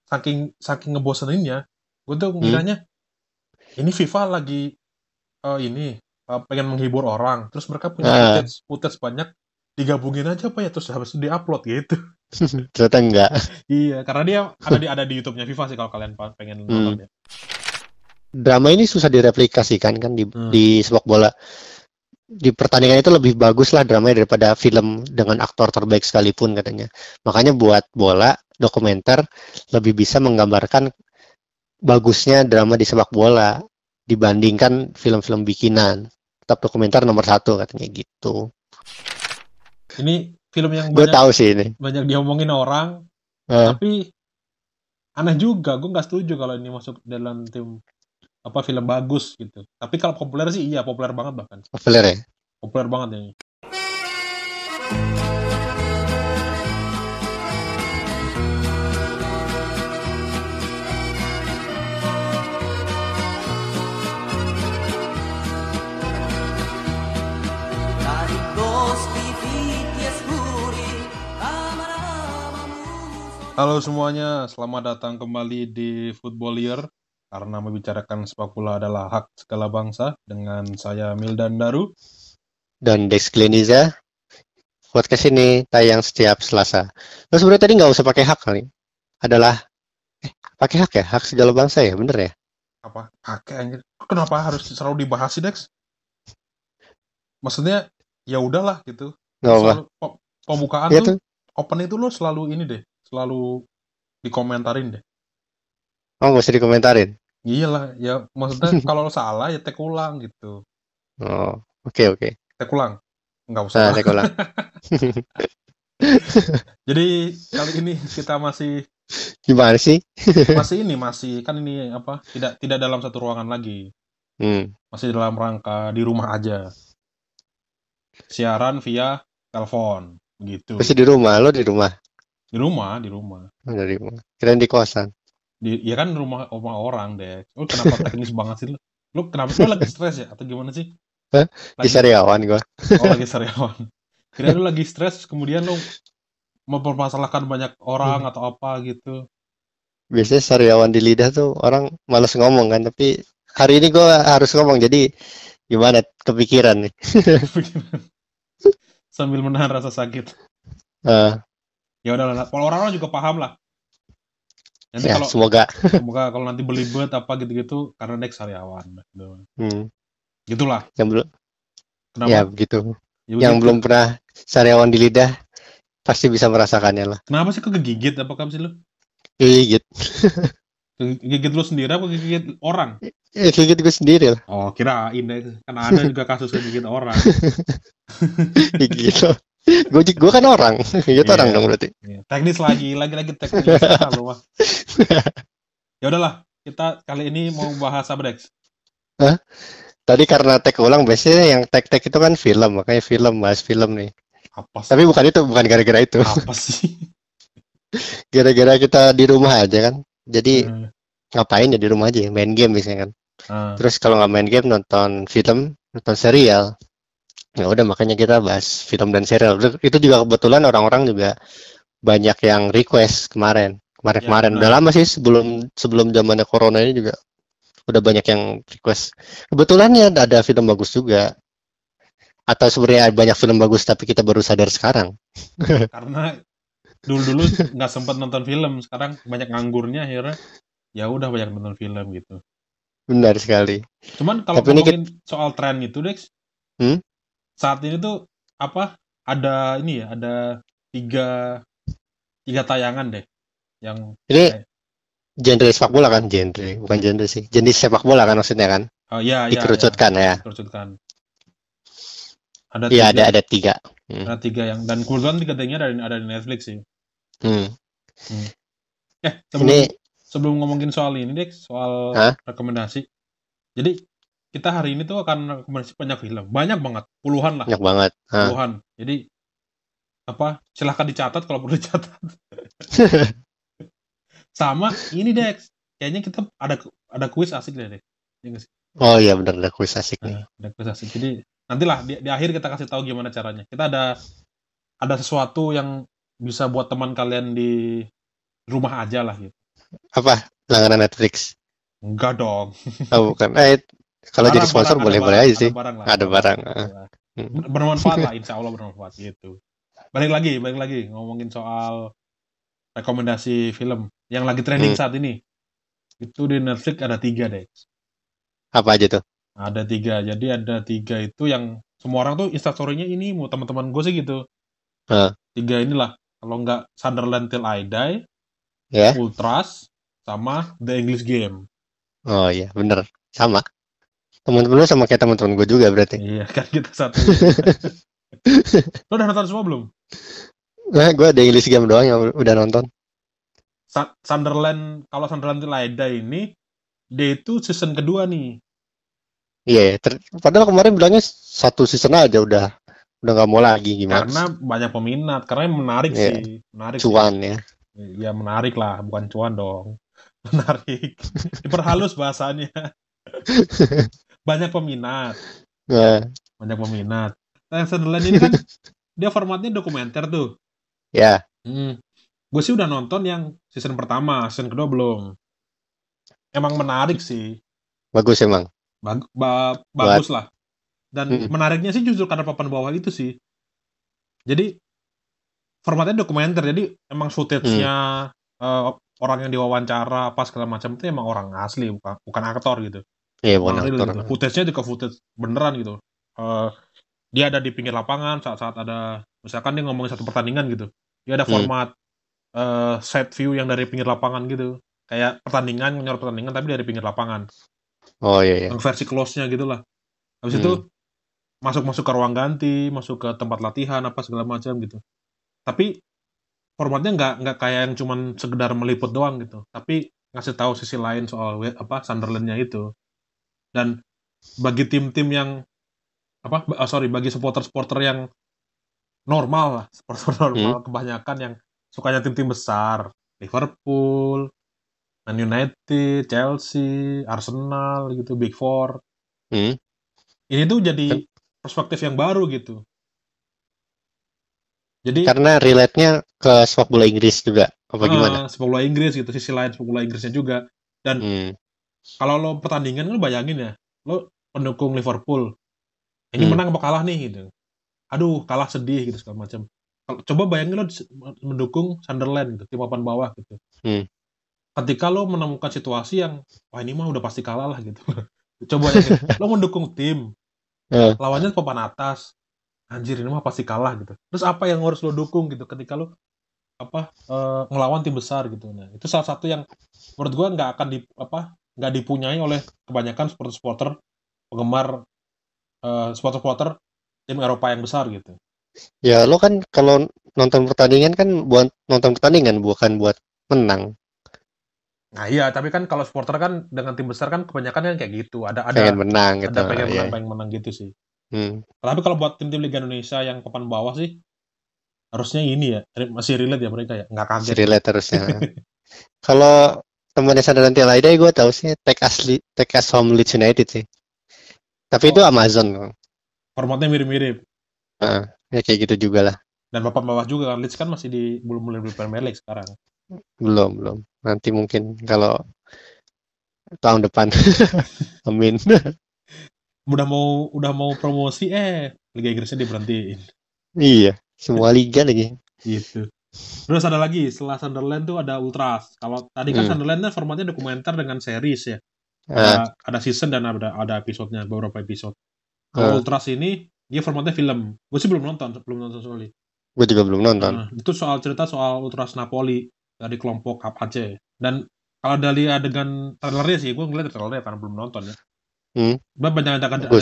saking ngeboseninnya, gue tuh ngiranya ini FIFA lagi pengen menghibur orang, terus mereka punya Ah, footage banyak, digabungin aja apa ya, terus habis itu diupload gitu. ternyata enggak. Iya, karena dia ada di YouTube-nya FIFA sih kalau kalian pengen nonton Hmm. ya. Drama ini susah direplikasikan kan Hmm. di sepak bola. Di pertandingan itu lebih bagus lah dramanya daripada film dengan aktor terbaik sekalipun katanya. Makanya buat bola, dokumenter lebih bisa menggambarkan bagusnya drama di sepak bola dibandingkan film-film bikinan. Tetap dokumenter nomor satu katanya gitu. Ini film yang Gue banyak tahu sih ini. banyak diomongin orang, Eh, tapi aneh juga, gue nggak setuju kalau ini masuk dalam tim film bagus gitu. Tapi kalau populer sih iya, populer banget bahkan. Populer ya. Populer banget ini. Cari boschi fitti e scuri, amaramamu. Halo semuanya, selamat datang kembali di Football Year. Karena membicarakan sepak bola adalah hak segala bangsa. Dengan saya Mildan Daru. Dan Dex Gleniza, podcast ini tayang setiap Selasa. Terus sebenarnya tadi nggak usah pakai hak kali. Adalah pakai hak ya, hak segala bangsa ya, bener ya? Apa? Pakai anjir. Kenapa harus selalu dibahas sih, Dex? Maksudnya ya udahlah gitu. Nggak apa. Selalu pembukaan Ya tuh, tuh. open itu lo selalu ini deh, selalu dikomentarin deh. Oh, nggak usah dikomentarin. Iyalah, ya maksudnya kalau salah ya tek ulang gitu. Oh, oke oke. Tek ulang. Nggak usah Nah, lah. saya ulang. Jadi kali ini kita masih Gimana sih? masih kan ini apa? Tidak tidak dalam satu ruangan lagi. Hmm. Masih dalam rangka di rumah aja. Siaran via telepon gitu. Pasti di rumah, lo di rumah. Di rumah, di rumah. Oh, dari rumah. Kirain di kosan. Ya kan rumah orang deh. Lu kenapa teknis banget sih lu? Lu kenapa lu lagi stres ya atau gimana sih? Hah? Lagi Kisariawan gua. lagi sariawan. Kira lu lagi stres kemudian lu mempermasalahkan banyak orang atau apa gitu. Biasanya sariawan di lidah tuh orang males ngomong kan, tapi hari ini gua harus ngomong jadi gimana kepikiran nih. Sambil menahan rasa sakit. Eh, Ya udahlah, kalau orang-orang juga paham lah. Nanti ya kalau semoga. semoga kalau nanti belibet apa gitu-gitu karena Dex sariawan. Gitu. Hmm, Gitulah. yang belum ya Kenapa? begitu. Ya Yang begitu. belum pernah sariawan di lidah pasti bisa merasakannya lah. Kenapa sih kok kegigit apa kamu sih lu? Gigit. Gigit lu sendiri apa gigit orang? Gigit gue sendiri lah. Oh, kirain deh. Kan ada juga kasus kegigit orang. Gigit lo. Gue kan orang. Gigit Iya. orang dong berarti. Iya. Teknis lagi teknis. Ah, lu mah. Ya udahlah, kita kali ini mau bahas apa, Dex? Hah? Tadi karena tag ulang biasanya yang tag-tag itu kan film, makanya film bahas film nih. Apa sih? Tapi bukan itu, bukan gara-gara itu. Apa sih? Gara-gara kita di rumah aja kan. Jadi Hmm. ngapain ya di rumah aja, main game biasanya kan. Ah, Terus kalau nggak main game nonton film, nonton serial. Ya udah makanya kita bahas film dan serial. Itu juga kebetulan orang-orang juga banyak yang request kemarin. ya Kemarin-kemarin udah benar. lama sih sebelum sebelum zamannya corona ini juga udah banyak yang request. Kebetulan ya ada film bagus juga. Atau sebenarnya banyak film bagus tapi kita baru sadar sekarang. Karena dulu-dulu nggak sempat nonton film, sekarang banyak nganggurnya akhirnya ya udah banyak nonton film gitu. Benar sekali. Cuman kalau Tapi ini kita, ngomongin soal tren gitu, Dex, hmm? saat ini tuh apa? Ada ini ya, ada tiga tiga tayangan deh yang Ini kayak genre sepak bola kan? Genre, bukan genre sih. Jenis sepak bola kan maksudnya kan? oh ya Dikerucutkan ya. dikerucutkan. Ada Iya tiga ada tiga. Hmm. ada tiga yang dan kebetulan tiga-tiganya ada di Netflix sih. Hmm. Hmm. Ini, sebelum ngomongin soal ini, Dex, soal hah? rekomendasi. Jadi kita hari ini tuh akan rekomendasi banyak film, banyak banget, puluhan lah, Banyak banget. Hah. puluhan. Jadi apa? Silahkan dicatat kalau perlu dicatat. Sama ini, Dex, kayaknya kita ada kuis asik deh, Dex. Iya nggak sih? Oh iya benar ada kuis asik nih. Ada kuis asik. Jadi nantilah di akhir kita kasih tahu gimana caranya. Kita ada sesuatu yang bisa buat teman kalian di rumah aja lah gitu. Apa? Langganan Netflix? Enggak dong. Oh, bukan. Kalau jadi sponsor boleh-boleh aja sih. Barang lah, Ada barang. gitu lah. Hmm. Bermanfaat lah, insya Allah bermanfaat gitu. Balik lagi ngomongin soal rekomendasi film yang lagi trending saat ini. Itu di Netflix ada 3 deh. Apa aja tuh? Ada 3. Jadi ada 3 itu yang semua orang tuh instastory-nya ini mau teman-teman gue sih gitu. 3 inilah. Kalau nggak Sunderland Till I Die, Ya. Ultras, sama The English Game. Oh iya, bener. Sama. Teman-teman lu sama kayak teman-teman gue juga berarti. Iya kan kita satu. Lo udah nonton semua belum? Nah, gue ada English Game doang yang udah nonton. Sunderland, kalau Sunderland Till I Die ini, dia itu season kedua nih. Iya, padahal kemarin bilangnya 1 season aja udah nggak mau lagi gimana? Karena banyak peminat, karena menarik sih, menarik. Cuan sih. Ya menarik lah, bukan cuan dong. Menarik. Diperhalus bahasanya. Banyak peminat. Banyak peminat. Nah, Sunderland ini kan dia formatnya dokumenter tuh. Ya. Gue sih udah nonton yang season pertama, season kedua belum. Emang menarik sih. Bagus emang. Bagus lah. Dan menariknya sih justru karena papan bawah itu sih. Jadi formatnya dokumenter, jadi emang footage-nya orang yang diwawancara apa segala macam itu emang orang asli, bukan aktor gitu. Iya, bukan aktor. Gitu. Footage-nya juga footage beneran gitu. Dia ada di pinggir lapangan saat ada, misalkan dia ngomongin satu pertandingan gitu. Dia ada format side view yang dari pinggir lapangan gitu. Kayak nyorot pertandingan tapi dari pinggir lapangan. Oh iya. Yang versi close-nya gitu lah. Habis itu masuk ke ruang ganti, masuk ke tempat latihan apa segala macam gitu. Tapi formatnya nggak kayak yang cuman sekedar meliput doang gitu. Tapi ngasih tahu sisi lain soal Sunderland-nya itu. Dan bagi tim-tim yang bagi supporter-supporter yang normal lah, supporter normal kebanyakan yang sukanya tim-tim besar, Liverpool, Man United, Chelsea, Arsenal gitu, Big Four. Ini tuh jadi perspektif yang baru gitu. Jadi karena relate-nya ke sepak bola Inggris juga, apa gimana? Sepak bola Inggris gitu, sisi lain sepak bola Inggrisnya juga. Dan kalau lo pertandingan lo bayangin ya, lo pendukung Liverpool, ini menang apa kalah nih gitu. Aduh, kalah sedih gitu segala macam. Coba bayangin lo mendukung Sunderland gitu, tim papan bawah gitu. Ketika lo menemukan situasi yang wah ini mah udah pasti kalah lah gitu. Coba ya, lo mendukung tim, lawannya papan atas. Anjir ini mah pasti kalah gitu. Terus apa yang harus lo dukung gitu ketika lo ngelawan tim besar gitu. Nah, itu salah satu yang menurut gua nggak dipunyai oleh kebanyakan supporter penggemar supporter tim Eropa yang besar gitu. Ya lo kan kalau nonton pertandingan kan buat nonton pertandingan bukan buat menang. Nah iya, tapi kan kalau supporter kan dengan tim besar kan kebanyakan kan kayak gitu. Ada pengen menang gitu. Pengen menang gitu sih. Tapi kalau buat tim-tim Liga Indonesia yang papan bawah sih harusnya ini ya, masih relate ya mereka ya, nggak kaget. Masih relate harusnya. Kalau temannya Sunderland Till I Die gue tahu sih Take Us Home Leeds United sih. Tapi itu Amazon. Formatnya mirip-mirip. Ya kayak gitu juga lah. Dan papan bawah juga kan, Leeds kan masih belum mulai di Premier League sekarang. Belum. Nanti mungkin kalau tahun depan. Amin. Udah mau promosi Liga Inggrisnya diberhentiin. Iya, semua liga lagi. Gitu. Terus ada lagi setelah Sunderland tuh ada Ultras. Kalau tadi kan Sunderland formatnya dokumenter dengan series ya. Ada season dan ada episodenya, beberapa episode. Kalau Ultras ini dia formatnya film. Gue sih belum nonton soalnya. Gue juga belum nonton. Itu cerita soal Ultras Napoli dari kelompok Aceh. Dan kalau dari adegan trailernya sih, gue ngeliat trailernya karena belum nonton ya. Banyak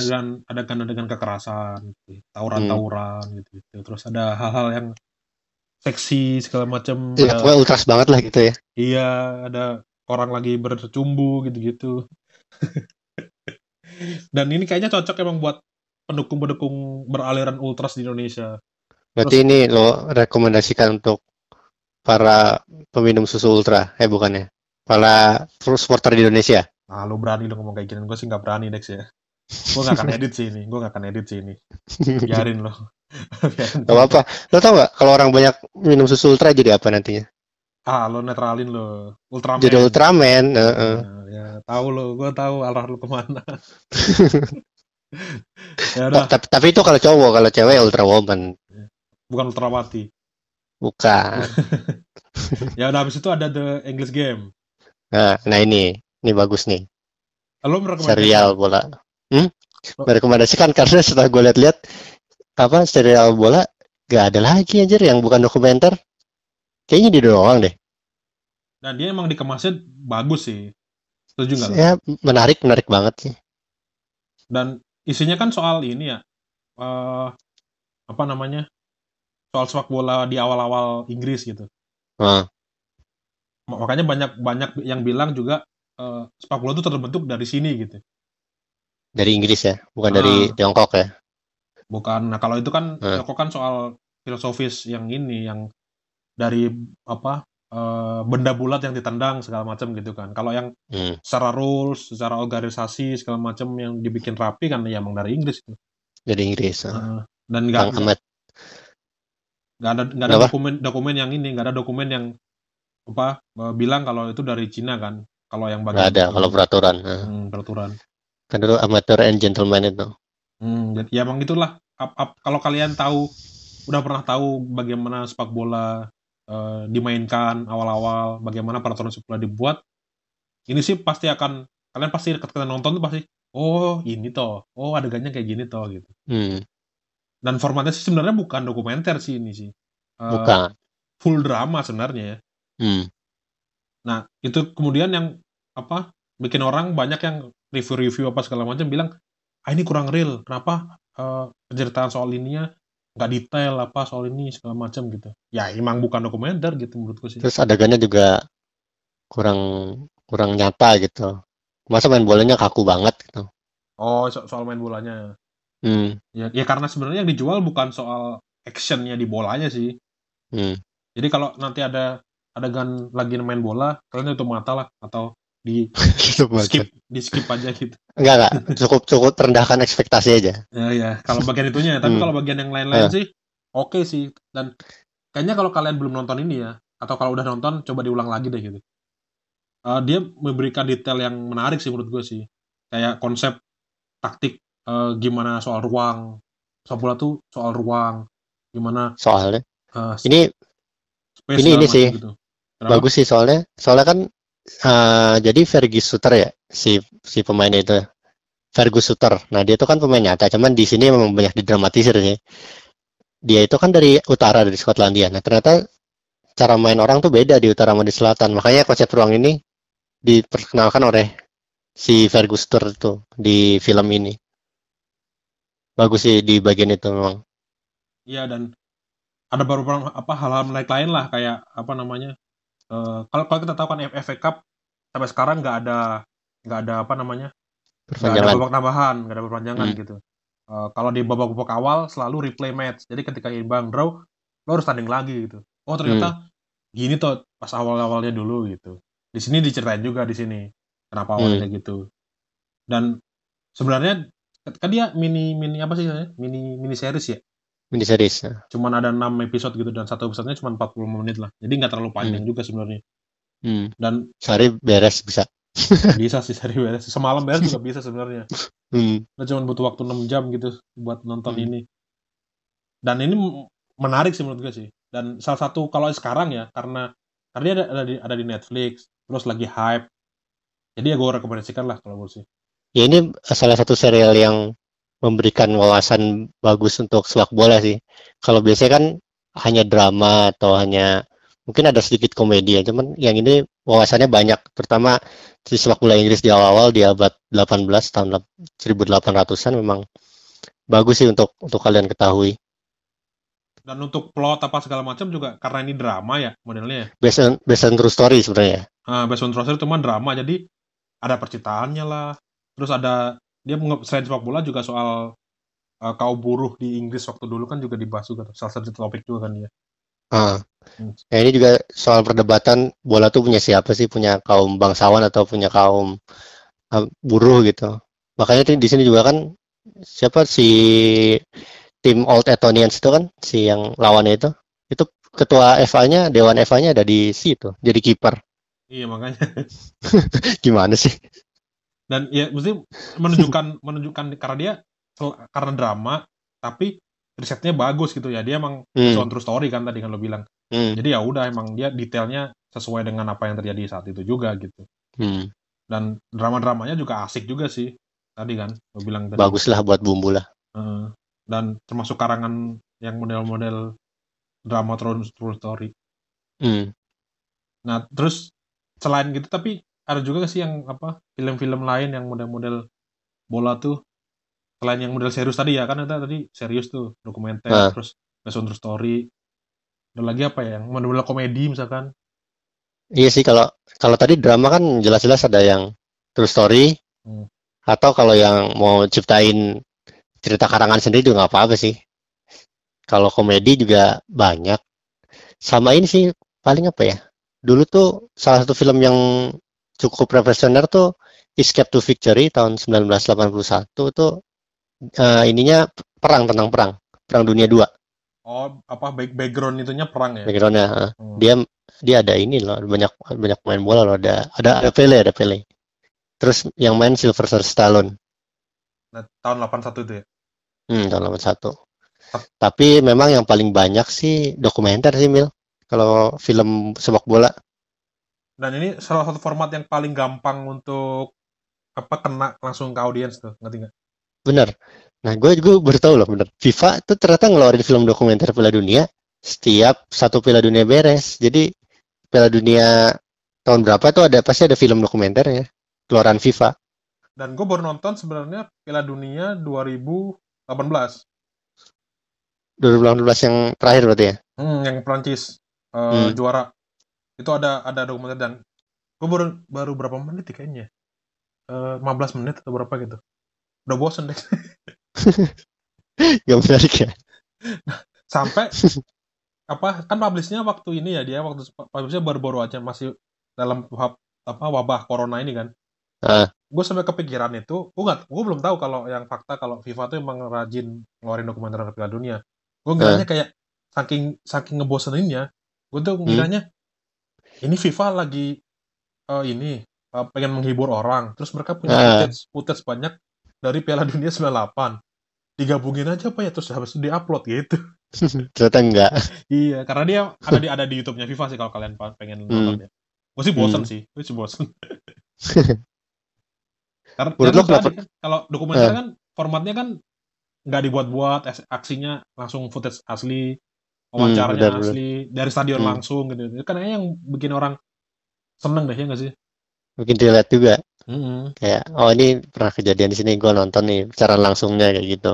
adegan kekerasan, tawuran gitu. Terus ada hal-hal yang seksi segala macam. Iya, pokoknya ultras banget lah gitu ya. Iya, ada orang lagi bercumbu gitu. Dan ini kayaknya cocok emang buat pendukung-pendukung beraliran ultras di Indonesia. Berarti ini lo rekomendasikan untuk para peminum susu ultra, bukannya? Para supporter di Indonesia? Nah, lo berani lo ngomong kayak gini, gue sih nggak berani Dex ya. Gue nggak akan edit sih ini. Biarin lo. Gak apa-apa. Lo tau nggak kalau orang banyak minum susu ultra jadi apa nantinya? Lo netralin lo. Ultraman. Jadi Ultraman. Ya, tahu lo, gue tahu arah lo kemana. Ya udah, Tapi itu kalau cowok, kalau cewek Ultra Woman. bukan Ultrawati. Bukan. Ya udah, habis itu ada The English Game. Nah ini bagus nih. Lo merekomendasikan? Serial bola. Merekomendasikan karena setelah gue lihat-lihat serial bola gak ada lagi anjir yang bukan dokumenter. Kayaknya dia doang deh. Dan dia emang dikemasnya bagus sih. Setuju nggak lo? Ya menarik banget sih. Dan isinya kan soal ini ya, apa namanya, soal sepak bola di awal-awal Inggris gitu. Makanya banyak yang bilang juga sepak bola itu terbentuk dari sini gitu. Dari Inggris ya, bukan dari Tiongkok ya. Bukan. Nah kalau itu kan Tiongkok kan soal filosofis yang ini, yang dari benda bulat yang ditendang segala macam gitu kan. Kalau yang secara rules, secara organisasi segala macam yang dibikin rapi kan ya emang dari Inggris itu. Dari Inggris. Dan nggak ada dokumen yang ini, nggak ada dokumen yang bilang kalau itu dari Cina kan. Kalau yang bagian nggak ada kalau peraturan. Peraturan. Kan dulu amateur and gentleman itu. Ya emang itulah. Kalau kalian udah pernah tahu bagaimana sepak bola dimainkan awal-awal, bagaimana peraturan sepak bola dibuat, ini sih kalian pasti ketika nonton tuh pasti, oh ini toh, oh adegannya kayak gini toh gitu. Dan formatnya sih sebenarnya bukan dokumenter sih ini sih, bukan full drama sebenarnya ya. Nah itu kemudian yang bikin orang banyak yang review apa segala macam bilang, ini kurang real, kenapa penceritaan soal ininya nggak detail soal ini segala macam gitu. Ya emang bukan dokumenter gitu menurutku sih. Terus adegannya juga kurang nyata gitu. Masa main bolanya kaku banget gitu. Oh, soal main bolanya. Ya karena sebenarnya yang dijual bukan soal actionnya di bolanya sih. Jadi kalau nanti ada adegan lagi main bola, kalian tutup mata lah atau di skip aja gitu. Enggak, cukup rendahkan ekspektasi aja. Ya, kalau bagian itunya, tapi kalau bagian yang lain-lain sih oke sih. Dan kayaknya kalau kalian belum nonton ini ya, atau kalau udah nonton coba diulang lagi deh gitu. Dia memberikan detail yang menarik sih menurut gue sih. Kayak konsep taktik, gimana soal ruang. Sepak bola tuh soal ruang. Gimana soalnya ini sih gitu. Bagus sih soalnya kan jadi Fergie Suter ya si pemain itu, Fergie Suter. Nah dia itu kan pemain nyata, cuman di sini memang banyak didramatisir sih. Dia itu kan dari utara, dari Skotlandia. Nah ternyata cara main orang tuh beda di utara sama di selatan. Makanya konsep ruang ini diperkenalkan oleh si Fergie Suter itu di film ini. Bagus sih di bagian itu memang. Iya, dan ada beberapa hal-hal menarik lain lah, kayak kalau kita tahu kan FA Cup sampai sekarang nggak ada babak tambahan, nggak ada perpanjangan gitu. Kalau di babak awal selalu replay match, jadi ketika imbang draw lo harus tanding lagi gitu. Oh ternyata gini tuh pas awal-awalnya dulu gitu. Di sini diceritain juga di sini kenapa awalnya gitu. Dan sebenarnya kan dia mini series ya. Mini series. Cuman ada 6 episode gitu, dan satu episodenya cuma 40 menit lah. Jadi nggak terlalu panjang juga sebenarnya. Dan sehari beres bisa. Bisa sih sehari beres. Semalam beres juga bisa sebenarnya. Lo cuma butuh waktu 6 jam gitu buat nonton ini. Dan ini menarik sih menurut gue sih. Dan salah satu kalau sekarang ya, karena dia ada di Netflix, terus lagi hype. Jadi ya gue rekomendasikan lah kalau gue sih. Ya ini salah satu serial yang memberikan wawasan bagus untuk sepak bola sih. Kalau biasanya kan hanya drama atau hanya mungkin ada sedikit komedi ya, cuman yang ini wawasannya banyak, terutama di sepak bola Inggris di awal-awal di abad 18 tahun 1800-an memang bagus sih untuk kalian ketahui. Dan untuk plot apa segala macam juga karena ini drama ya modelnya. Based on true story sebenarnya. Based on true story cuma drama, jadi ada percintaannya lah. Terus ada dia selain sepak bola juga soal kaum buruh di Inggris waktu dulu kan juga dibahas juga, salah satu topik juga kan dia. Nah ini juga soal perdebatan bola tuh punya siapa sih, punya kaum bangsawan atau punya kaum buruh gitu. Makanya di sini juga kan siapa si tim Old Etonians itu kan si yang lawannya itu ketua FA-nya, Dewan FA-nya ada di situ, jadi kiper. Iya makanya. Gimana sih? Dan ya mesti menunjukkan karena dia karena drama, tapi risetnya bagus gitu ya. Dia emang based on true story kan tadi kan lo bilang. Jadi ya udah emang dia detailnya sesuai dengan apa yang terjadi saat itu juga gitu. Dan drama-dramanya juga asik juga sih tadi kan lo bilang tadi. Bagus lah buat bumbu lah. Dan termasuk karangan yang model-model drama true story. Nah terus selain gitu tapi ada juga sih yang apa film-film lain yang model-model bola tuh selain yang model serius tadi ya kan ada tadi serius tuh dokumenter terus based on true story. Ada lagi apa ya yang model-model komedi misalkan? Iya sih kalau tadi drama kan jelas-jelas ada yang true story atau kalau yang mau ciptain cerita karangan sendiri juga nggak apa-apa sih. Kalau komedi juga banyak. Sama ini sih paling apa ya? Dulu tuh salah satu film yang cukup revolusioner tuh Escape to Victory tahun 1981 tuh ininya tentang perang dunia 2. Oh, apa background itunya perang ya? Backgroundnya dia ada ini loh, banyak main bola loh, ada Pele. Terus yang main Sylvester Stallone. Nah, tahun 81 itu ya? Tahun 81. Tapi memang yang paling banyak sih dokumenter sih, Mil. Kalau film sepak bola. Dan ini salah satu format yang paling gampang untuk kena langsung ke audiens tuh, ngerti nggak? Bener. Nah, gue baru tahu loh, bener. FIFA tuh ternyata ngeluarin film dokumenter Piala Dunia setiap satu Piala Dunia beres. Jadi Piala Dunia tahun berapa tuh pasti ada film dokumenternya, keluaran FIFA. Dan gue baru nonton sebenarnya Piala Dunia 2018. 2018 yang terakhir berarti ya? Yang Prancis juara. Itu ada dokumenter dan gue baru berapa menit ya kayaknya. 15 menit atau berapa gitu. Udah bosen deh. Gak menarik ya? Sampai kan publishnya waktu ini ya dia waktu publishnya baru-baru aja masih dalam wabah corona ini kan. Gue sampai kepikiran itu, gue belum tahu kalau yang fakta kalau FIFA tuh emang rajin ngeluarin dokumenter Piala Dunia. Gue ngiranya kayak saking ngeboseninnya, gue tuh ngiranya ini FIFA lagi pengen menghibur orang, terus mereka punya footage banyak dari Piala Dunia 98. Digabungin aja apa ya terus habis itu diupload gitu. Ternyata enggak. Iya, karena dia ada di YouTube-nya FIFA sih kalau kalian pengen nonton ya. Gue sih bosen sih, Karena tadi kan, kalau dokumenter kan formatnya kan nggak dibuat-buat, aksinya langsung footage asli, wawancaranya asli, dari stadion langsung gitu. Itu kan yang bikin orang seneng deh, ya nggak sih? Bikin relate juga. Kayak, oh ini pernah kejadian di sini, gue nonton nih secara langsungnya kayak gitu.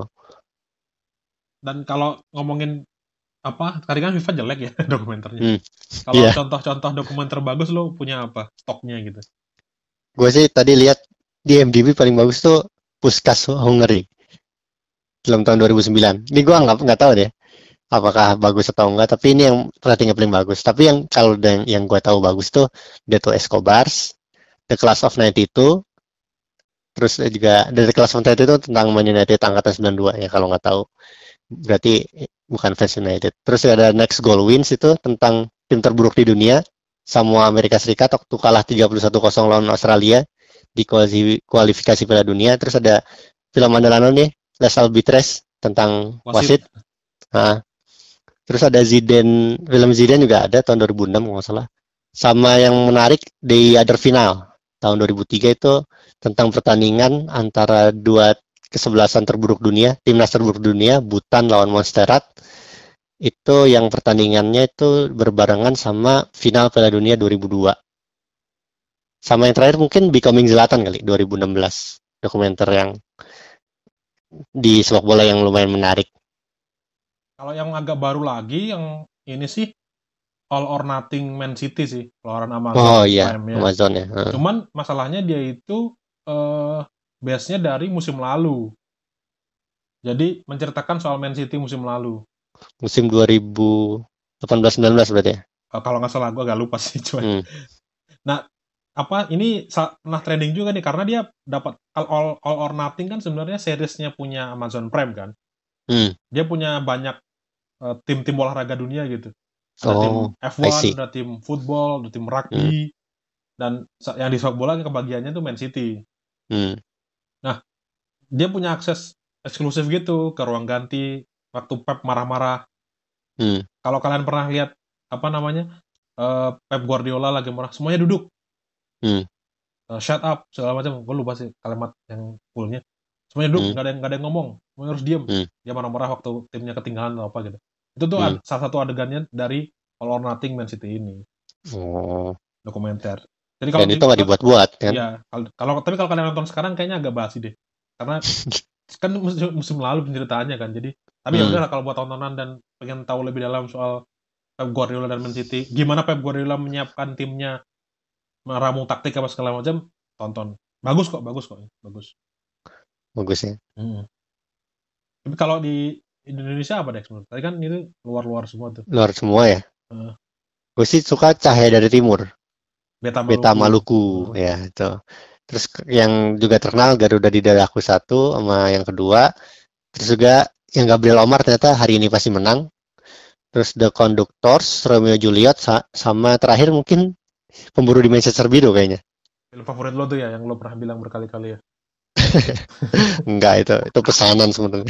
Dan kalau ngomongin tadi kan FIFA jelek ya dokumenternya. Kalau contoh-contoh dokumenter bagus lo punya apa stoknya gitu? Gue sih tadi lihat di IMDb paling bagus tuh Puskas Hungary film tahun 2009. Ini gue nggak tahu deh apakah bagus atau enggak, tapi ini yang ratingnya paling bagus. Tapi yang kalau yang gue tahu bagus tuh dia tuh Escobars, The Class of 92, terus juga The Class of 92 itu tentang Man United angkatan 92 ya kalau nggak tahu. Berarti bukan fans United. Terus ada Next Goal Wins itu tentang tim terburuk di dunia sama Amerika Serikat waktu kalah 31-0 lawan Australia di kualifikasi Piala Dunia. Terus ada film andalan nih Les Arbitres tentang wasit. Nah, terus ada Zidane, film Zidane juga ada tahun 2006 kalau nggak salah. Sama yang menarik The Other Final tahun 2003 itu tentang pertandingan antara dua kesebelasan terburuk dunia, timnas terburuk dunia, Bhutan lawan Montserrat. Itu yang pertandingannya itu berbarengan sama final Piala Dunia 2002. Sama yang terakhir mungkin Becoming Zlatan kali, 2016. Dokumenter yang di sepak bola yang lumayan menarik. Kalau yang agak baru lagi, yang ini sih All or Nothing Man City sih, keluaran Amazon. Oh iya, Amazon ya. Cuman masalahnya dia itu base-nya dari musim lalu. Jadi menceritakan soal Man City musim lalu. Musim 2018-19 berarti ya? Kalau nggak salah, gue agak lupa sih. Nah, ini pernah trending juga nih, karena dia dapat All or Nothing kan sebenarnya seriesnya punya Amazon Prime kan. Dia punya banyak tim-tim olahraga dunia gitu. Ada tim I F1, see. ada tim football, ada tim rugby, dan yang di sepak bola kebagiannya tuh Man City. Hmm. Nah, dia punya akses eksklusif gitu ke ruang ganti waktu Pep marah-marah. Hmm. Kalau kalian pernah lihat apa namanya Pep Guardiola lagi marah, semuanya duduk. Hmm. Shut up segala macam. Gue lupa sih kalimat yang fullnya. Semuanya duduk, nggak ada yang ngomong, semuanya harus diem. Dia marah-marah waktu timnya ketinggalan atau apa gitu. Itu tuh salah satu adegannya dari All or Nothing Man City ini. Oh. Dokumenter. Jadi Dan itu nggak dibuat-buat kan? Iya. Tapi kalau kalian nonton sekarang kayaknya agak basi deh. Karena kan musim lalu penceritaannya kan. Jadi tapi ya udahlah kalau buat tontonan dan pengen tahu lebih dalam soal Pep Guardiola dan Man City, gimana Pep Guardiola menyiapkan timnya, meramu taktik apa segala macam, tonton. Bagus kok. Bagus ya. Tapi kalau di Indonesia apa Dex? Tadi kan itu luar semua tuh. Luar semua ya. Gue sih suka Cahaya dari Timur. Beta Maluku ya itu. Terus yang juga terkenal Garuda di Dadaku 1 sama yang kedua. Terus juga yang Gabriel Omar ternyata Hari Ini Pasti Menang. Terus The Conductors, Romeo Juliet, sama terakhir mungkin Pemburu di Manchester Biru kayaknya. Film favorit lo tuh ya, yang lo pernah bilang berkali-kali ya? Enggak, itu pesanan sebenarnya.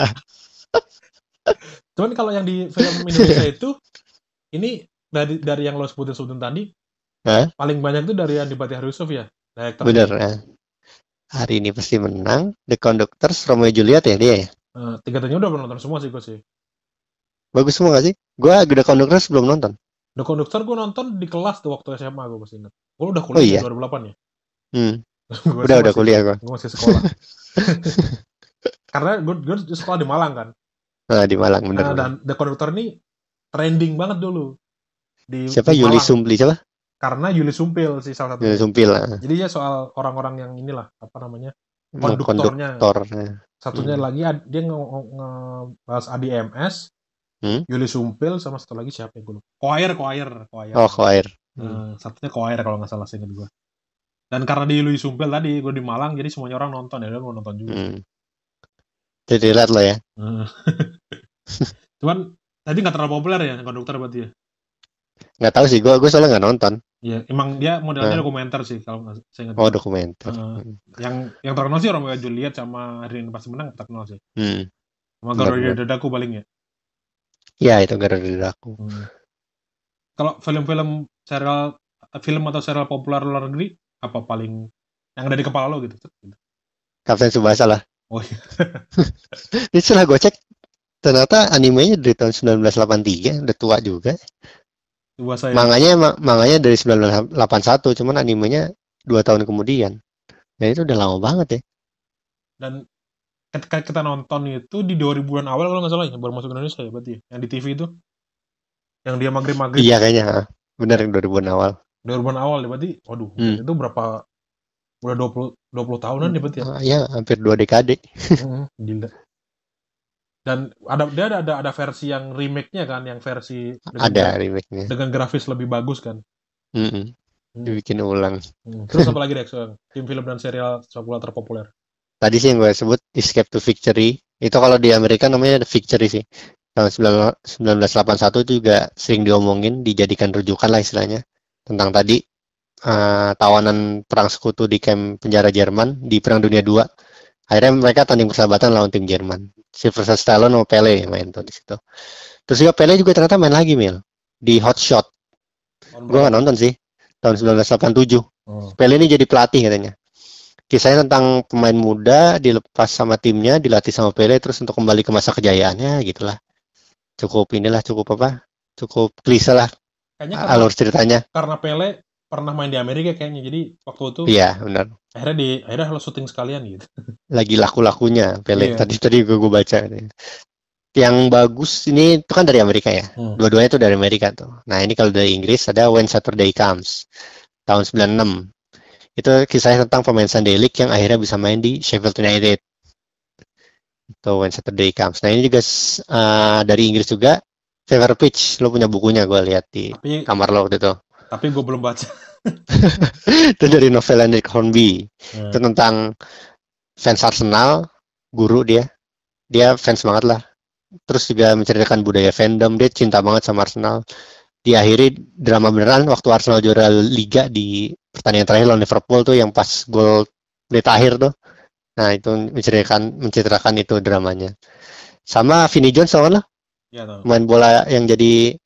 Cuman kalau yang di film Indonesia itu, ini dari yang lo sebutin tadi, paling banyak tuh dari Andi Batihar Yusuf ya? Bener ya. Hari Ini Pasti Menang, The Conductors, Romeo Juliet ya dia ya? Tiga-tiganya udah nonton semua sih gue sih. Bagus semua gak sih? Gue The Conductors belum nonton. The Conductor gue nonton di kelas tuh waktu SMA, gue masih ingat. Gue udah kuliah 2008 ya? Udah kuliah gue. Gue masih sekolah. Karena gue sekolah di Malang kan. Nah, di Malang bener. Dan The Conductor ini trending banget dulu. Siapa? Yuli Sumpli siapa? Karena Yuli Sumpil sih salah satu. Yuli Sumpil lah. Jadi ya soal orang-orang yang inilah, apa namanya, konduktornya. Satunya lagi dia ngebahas Adi MS, Yuli Sumpil, sama satu lagi siapa yang gue lupa. Choir. Oh, Choir. Satunya Choir kalau nggak salah seingat gue. Dan karena di Yuli Sumpil tadi gue di Malang, jadi semuanya orang nonton ya, gue nonton juga. Jadi lihat lo ya. Cuman tadi nggak terlalu populer ya Konduktor berarti ya. Nggak tahu sih, gue soalnya nggak nonton. Iya, emang dia modelnya dokumenter sih kalau nggak saya ingat. Oh, dokumenter. Yang terkenal sih Romeo Juliet sama Hari Ini Pasti Menang terkenal sih. Sama Garuda Dadaku paling ya. Iya, itu Garuda Dadaku. Kalau film atau serial populer luar negeri apa paling yang ada di kepala lo gitu? Kapten Tsubasa lah. Oh iya. Ini setelah gue cek ternyata animenya dari tahun 1983, udah tua juga. Manganya dari 1981, cuman animenya 2 tahun kemudian. Dan itu udah lama banget ya. Dan ketika kita nonton itu di 2000-an awal kalau nggak salah ya, baru masuk Indonesia ya berarti. Yang di TV itu, yang dia maghrib. Iya kayaknya, bener 2000-an awal. 2000-an awal ya berarti, waduh, itu berapa? Udah 20 tahunan ya berarti ya? Iya, hampir 2 dekade. Gila. Dan dia ada versi yang remake-nya kan, yang versi remake-nya dengan grafis lebih bagus kan. Dibikin ulang. Terus apa lagi Dex? Tim film dan serial sepak bola terpopuler. Tadi sih yang gue sebut Escape to Victory. Itu kalau di Amerika namanya Victory sih. Tahun 1981 itu juga sering diomongin, dijadikan rujukan lah istilahnya. Tentang tadi tawanan perang sekutu di kamp penjara Jerman di Perang Dunia II. Akhirnya mereka tanding persahabatan lawan tim Jerman. Sylvester Stallone sama Pele main tuh di situ. Terus juga Pele juga ternyata main lagi di Hot Shot. Gue nggak nonton sih. Tahun 1987. Pele ini jadi pelatih katanya. Kisahnya tentang pemain muda dilepas sama timnya, dilatih sama Pele terus untuk kembali ke masa kejayaannya gitulah. Cukup klise lah. Kayaknya alur ceritanya. Karena Pele pernah main di Amerika kayaknya, jadi waktu itu. Iya benar. Akhirnya lo syuting sekalian gitu. Lagi laku-lakunya Pele. Tadi gue baca. Yang bagus ini itu kan dari Amerika ya. Dua-duanya itu dari Amerika tuh. Nah ini kalau dari Inggris ada When Saturday Comes tahun 96. Itu kisahnya tentang pemain Sunday League yang akhirnya bisa main di Sheffield United. Itu When Saturday Comes. Nah ini juga dari Inggris juga. Fever Pitch, lo punya bukunya gue lihat di kamar lo waktu itu. Tapi gue belum baca. Itu dari novel Nick Hornby. Itu tentang fans Arsenal, guru dia fans banget lah. terus juga menceritakan budaya fandom. Dia cinta banget sama Arsenal. Diakhiri drama beneran waktu Arsenal juara Liga di pertandingan terakhir lawan Liverpool tuh, yang pas gol menit akhir tuh. Nah, itu menceritakan itu dramanya. Sama Vinnie Jones tau kan lah, Iya tahu. main bola yang jadi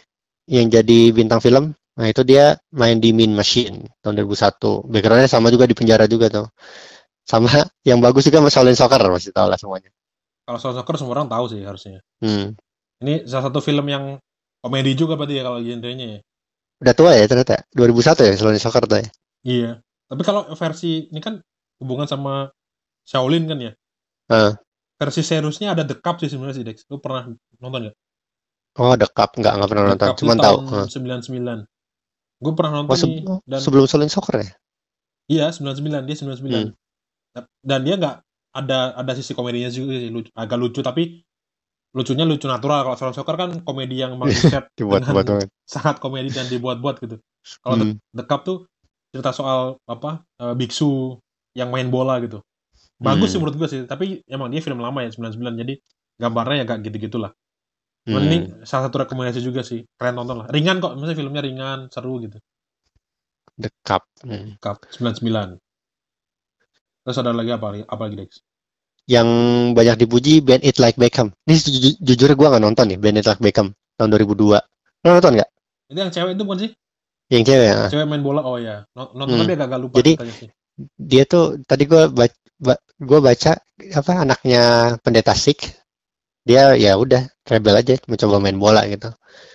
bintang film. Nah, itu dia main di Mean Machine tahun 2001. Backgroundnya sama juga, di penjara juga tuh. Sama yang bagus juga Shaolin Soccer, masih tahu lah semuanya. Kalau soal soccer semua orang tahu sih harusnya. Hmm. Ini salah satu film yang komedi juga berarti ya kalau genrenya ya. Udah tua ya ternyata. 2001 ya Shaolin Soccer tuh ya. Iya. Tapi kalau versi ini kan hubungan sama Shaolin kan ya. Ah. Versi seriusnya ada The Cup sih sebenarnya sih, Dex. Lu pernah nonton nggak? Oh, The Cup nggak pernah The nonton. Cup tuh Cuman tahu. tahun 99. Gue pernah Oh, nonton nih dan sebelum Shaolin Soccer ya? iya 99, dia 99. Dan dia nggak ada sisi komedinya juga sih, agak lucu, tapi lucunya lucu natural. Kalau Shaolin Soccer kan komedi yang memang di-set Dibuat-buat dengan banget. sangat komedi dan dibuat-buat gitu. Kalau The Cup tuh cerita soal biksu yang main bola gitu. Bagus sih menurut gue sih, tapi emang dia film lama ya 99, jadi gambarnya ya gak gitu-gitulah. Cuman ini salah satu rekomendasi juga sih, keren, tonton lah. Ringan kok, maksudnya filmnya ringan, seru gitu. The Cup. Cup 99. Terus ada lagi apa lagi Dex? Yang banyak dipuji Bend It Like Beckham. Ini jujur gue nggak nonton nih, Bend It Like Beckham tahun 2002. Lo nonton nggak? Itu yang cewek itu bukan sih? Yang cewek ya. Cewek main bola, oh ya. Nonton tapi agak lupa. Jadi sih. Dia tuh tadi gue baca apa, anaknya pendeta Sikh. Dia ya udah rebel aja, mencoba main bola gitu.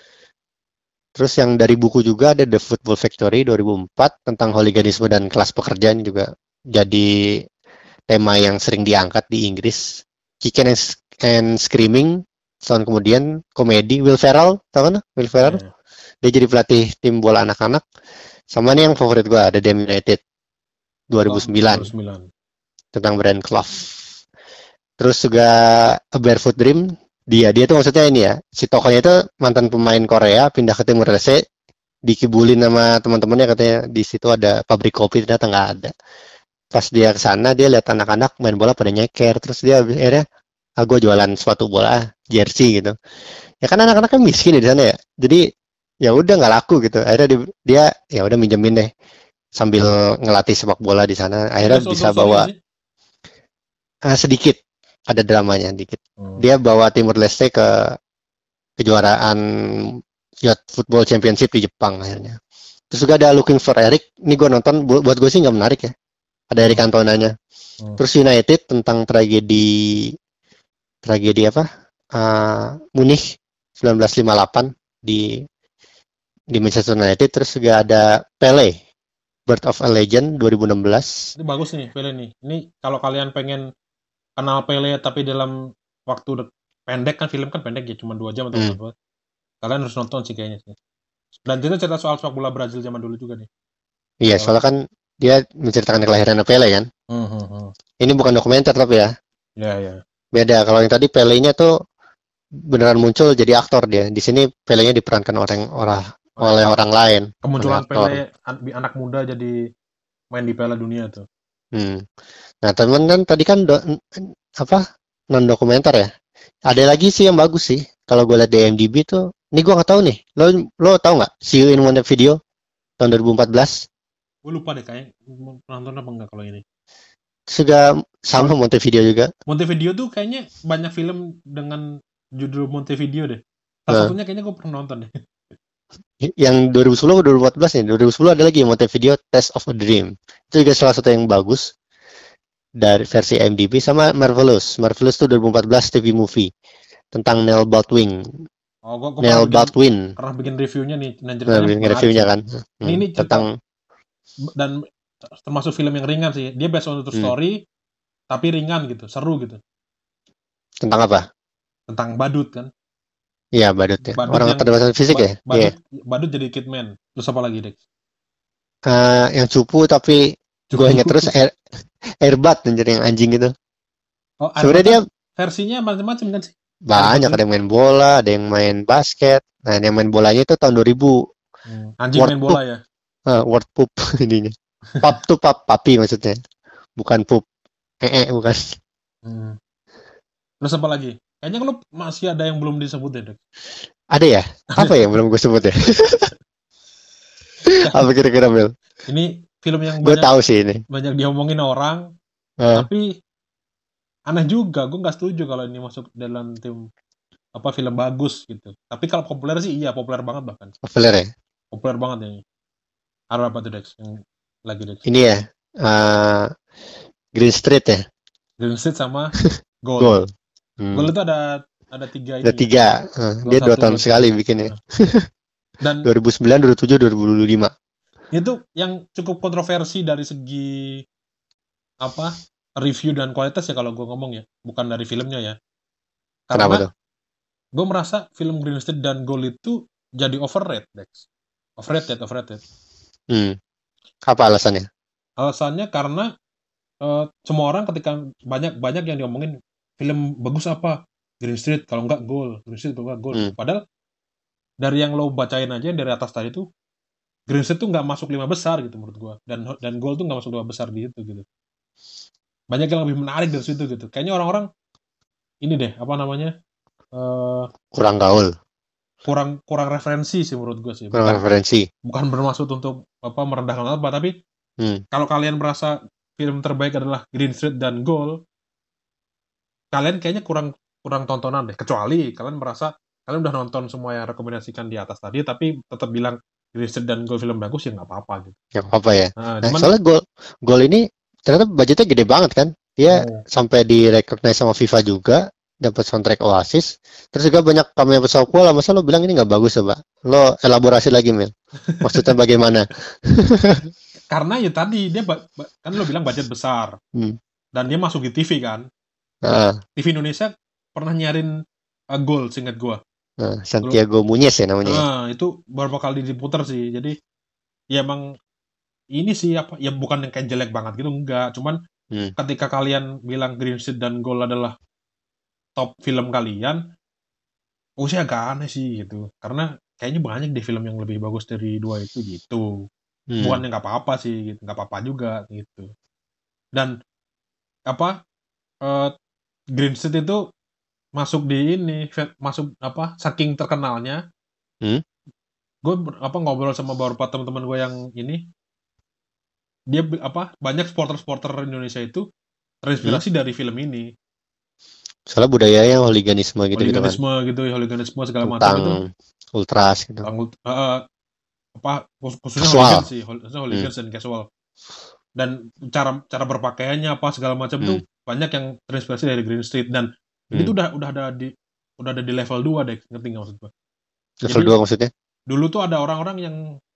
Terus yang dari buku juga ada The Football Factory 2004 tentang hooliganisme dan kelas pekerja, ini juga jadi tema yang sering diangkat di Inggris. Chicken and Screaming tahun kemudian, komedi. Will Ferrell, tau kan? Will Ferrell. Yeah. Dia jadi pelatih tim bola anak-anak. Sama nih yang favorit gue, ada Damn United 2009. Tentang Brian Clough. Terus juga A Barefoot Dream. Dia tuh maksudnya ini ya, si tokohnya itu mantan pemain Korea, pindah ke Timur Leste, dikibulin sama teman-temannya, katanya di situ ada pabrik kopi, ternyata nggak ada. Pas dia ke sana, dia lihat anak-anak main bola pada nyeker, terus dia akhirnya, gue jualan sepatu bola, jersey gitu. Ya kan anak-anak kan miskin di sana ya, jadi ya udah nggak laku gitu. Akhirnya dia ya udah minjemin deh, sambil ngelatih sepak bola di sana. Akhirnya bisa bawa sedikit. Ada dramanya dikit. Dia bawa Timur Leste ke kejuaraan Youth Football Championship di Jepang akhirnya. Terus juga ada Looking for Eric. Ini gue nonton, buat gue sih nggak menarik ya. Ada Eric Cantonanya. Terus United tentang tragedi apa? Munich 1958 di Manchester United. Terus juga ada Pele, Birth of a Legend 2016. Ini bagus nih Pele nih. Ini kalau kalian pengen kenal Pele tapi dalam waktu pendek, kan film kan pendek ya, cuma 2 jam atau berapa. Kalian harus nonton sih kayaknya sih. Dan itu cerita soal sepak bola Brazil zaman dulu juga nih. Iya, soalnya kan dia menceritakan kelahiran Pele kan. Ini bukan dokumenter tapi ya. Iya. Beda, kalau yang tadi Pele-nya tuh beneran muncul jadi aktor dia. Di sini Pele-nya diperankan oleh orang lain. Kemunculan Pele anak muda jadi main di Piala Dunia tuh. Nah, teman kan tadi kan non dokumenter ya. Ada lagi sih yang bagus sih. Kalau gue lihat di IMDb tuh, ini gue nggak tahu nih. Lo tahu nggak? See You in Montevideo tahun 2014. Gue lupa deh kayaknya nonton apa enggak kalau ini. Sudah sama Montevideo juga. Montevideo tuh kayaknya banyak film dengan judul Montevideo deh. Salah satunya kayaknya gue pernah nonton deh. Yang 2010 atau 2014 nih. 2010 ada lagi Montevideo Taste of a Dream. Itu juga salah satu yang bagus dari versi IMDb. Sama Marvelous tuh 2014 TV movie tentang Neil Baldwin. Neil Baldwin pernah bikin reviewnya nih. Reviewnya kan. Ini tentang dan termasuk film yang ringan sih. Dia based on true story tapi ringan gitu, seru gitu. Tentang apa? Tentang badut kan. Iya, badut ya. Orang keterbatasan fisik ya? Badut jadi Kidman. Terus apa lagi, Dex? Yang cupu tapi gue inget terus Airbud jadi yang anjing gitu. Sebenarnya dia versinya macam-macam kan sih? Banyak, ada yang main bola, ada yang main basket. Nah, yang main bolanya itu tahun 2000. Anjing main bola ya? Word poop ininya. Pap tuh papi maksudnya. Bukan poop. Bukan. Terus apa lagi? Kayaknya kalau masih ada yang belum disebut deh, Dex. Ada ya? Apa yang belum gue sebut ya? Apa kira-kira, Mel? Ini film yang Gue tahu sih ini. banyak diomongin orang, Ah, tapi aneh juga. Gue nggak setuju kalau ini masuk dalam tim film bagus gitu. Tapi kalau populer sih iya, populer banget bahkan. populer ya? Populer banget ini. Ada apa tuh, Dex? Yang lagi, Dex? Ini ya, Green Street ya? Green Street sama Goal. Goal. Goal itu ada 3 Ada ini. 3. Dia 2 tahun sekali bikinnya. Dan 2009, 2007, 2005. itu yang cukup kontroversi dari segi review dan kualitas ya kalau gue ngomong ya, bukan dari filmnya ya. Kenapa Karena tuh? gue merasa film Green Street dan Goal itu jadi overrated, Dex. Overrated. Apa alasannya? Alasannya karena semua orang ketika banyak yang diomongin film bagus apa, Green Street, kalau enggak Goal, Green Street kalau enggak Goal. Padahal dari yang lo bacain aja dari atas tadi tuh, Green Street tuh nggak masuk 5 besar gitu menurut gue, dan Goal tuh nggak masuk 5 besar di itu gitu. Banyak yang lebih menarik dari situ gitu. Kayaknya orang-orang ini deh Kurang gaul. kurang referensi sih menurut gue sih. Kurang referensi. Bukan bermaksud untuk merendahkan apa, tapi kalau kalian merasa film terbaik adalah Green Street dan Goal, kalian kayaknya kurang tontonan deh. Kecuali kalian merasa kalian udah nonton semua yang rekomendasikan di atas tadi, tapi tetap bilang Green Street dan Goal film bagus, ya nggak apa-apa gitu. Nggak apa-apa ya. Nah, soalnya Goal ini ternyata budgetnya gede banget kan. Dia sampai di-recognize sama FIFA juga, dapat soundtrack Oasis. Terus juga banyak cameo sequel. Masa lo bilang ini nggak bagus ya, Pak? Lo elaborasi lagi, Mil. Maksudnya bagaimana? Karena ya tadi dia kan lo bilang budget besar. Dan dia masuk di TV kan. TV Indonesia pernah nyarin Goal, seingat gua. Santiago Muñez ya namanya. Itu beberapa kali diputar sih. Jadi ya emang ini sih ya bukan yang kayak jelek banget gitu, enggak. Cuman ketika kalian bilang Green Street dan Goal adalah top film kalian, sih agak aneh sih gitu. Karena kayaknya banyak deh film yang lebih bagus dari 2 itu gitu. Bukannya nggak apa-apa sih gitu, nggak apa-apa juga gitu. Dan Green Street itu masuk di ini, saking terkenalnya. Gue ngobrol sama beberapa teman-teman gue yang ini, dia banyak supporter Indonesia itu terinspirasi dari film ini. Soalnya budayanya hooliganisme gitu kan. Hooliganisme segala macam itu. Ultras gitu. Khususnya hooligan sih, hooligans dan casual. Dan cara berpakaiannya segala macam tuh banyak yang terinspirasi dari Green Street, dan ini tuh udah ada di level 2 deh, ngerti nggak maksud gue? Level 2 maksudnya? Dulu tuh ada orang-orang yang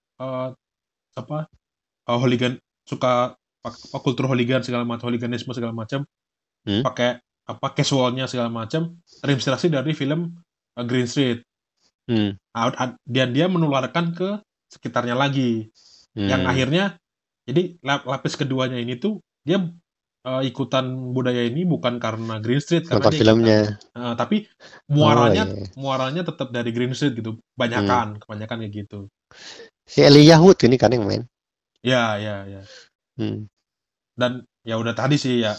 hooligan, suka kultur hooligan segala macam, hooliganisme segala macam, pakai casualnya segala macam, terinspirasi dari film Green Street. Dan dia menularkan ke sekitarnya lagi. Yang akhirnya jadi lapis keduanya ini tuh dia ikutan budaya ini bukan karena Green Street, karena dia filmnya. Tapi muaranya tetap dari Green Street gitu. Kebanyakan kayak gitu. Si Elijah Wood ini kan yang main. Ya. Dan ya udah tadi sih ya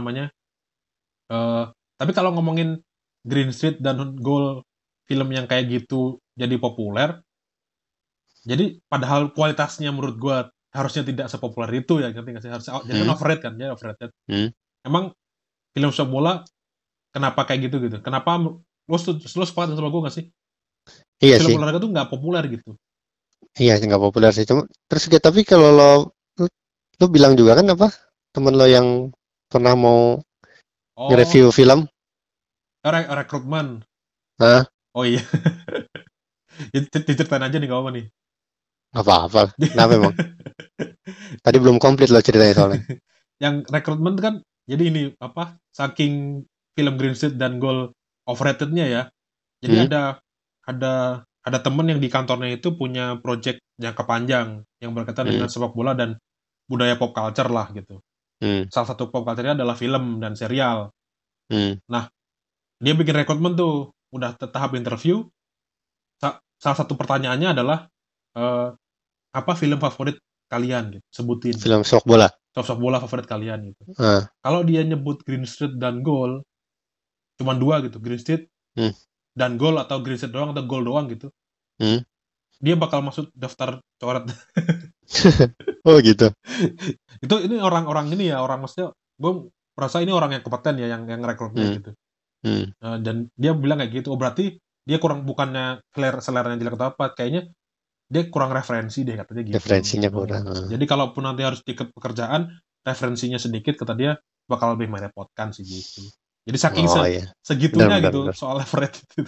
tapi kalau ngomongin Green Street dan Goal, film yang kayak gitu jadi populer, jadi padahal kualitasnya menurut gue harusnya tidak sepopuler itu ya, ngerti nggak sih? Harusnya jadi kan overrated. Emang film sepak bola kenapa kayak gitu? Kenapa lo sepakat sama gue nggak sih? Iya film sih. olahraga tuh nggak populer gitu. Iya nggak populer sih. Terus tapi kalau lo bilang juga kan temen lo yang pernah mau nge-review film? Rekrutmen. Oh iya. Diceritain aja nih, gak apa nih. Apa-apa. Kenapa emang? Tadi belum komplit lo ceritanya soalnya. Yang rekrutmen kan, jadi ini saking film Green Street dan Goal overrated-nya ya. Jadi ada temen yang di kantornya itu punya project jangka panjang yang berkaitan dengan sepak bola dan budaya pop culture lah gitu. Salah satu pop culture-nya adalah film dan serial. Nah, dia bikin rekrutmen tuh, udah tahap interview. Salah satu pertanyaannya adalah apa film favorit kalian gitu, sebutin. Film sepak bola. Sepak bola favorit kalian gitu. Kalau dia nyebut Green Street dan Goal, cuma 2 gitu, Green Street Hmm. dan Goal, atau Green Street doang atau Goal doang gitu, dia bakal masuk daftar coret. Oh gitu. Ini orang-orang ini ya, orang, maksudnya gue merasa ini orang yang kompeten ya, yang rekrutnya gitu. Dan dia bilang kayak gitu, oh berarti dia kurang, bukannya seleranya jelek atau apa, kayaknya dia kurang referensi deh katanya gitu. Referensinya kurang. Jadi kalaupun nanti harus di pekerjaan, referensinya sedikit, kata dia bakal lebih merepotkan sih gitu. Jadi saking Iya. segitunya Benar, gitu benar. soal leverage itu.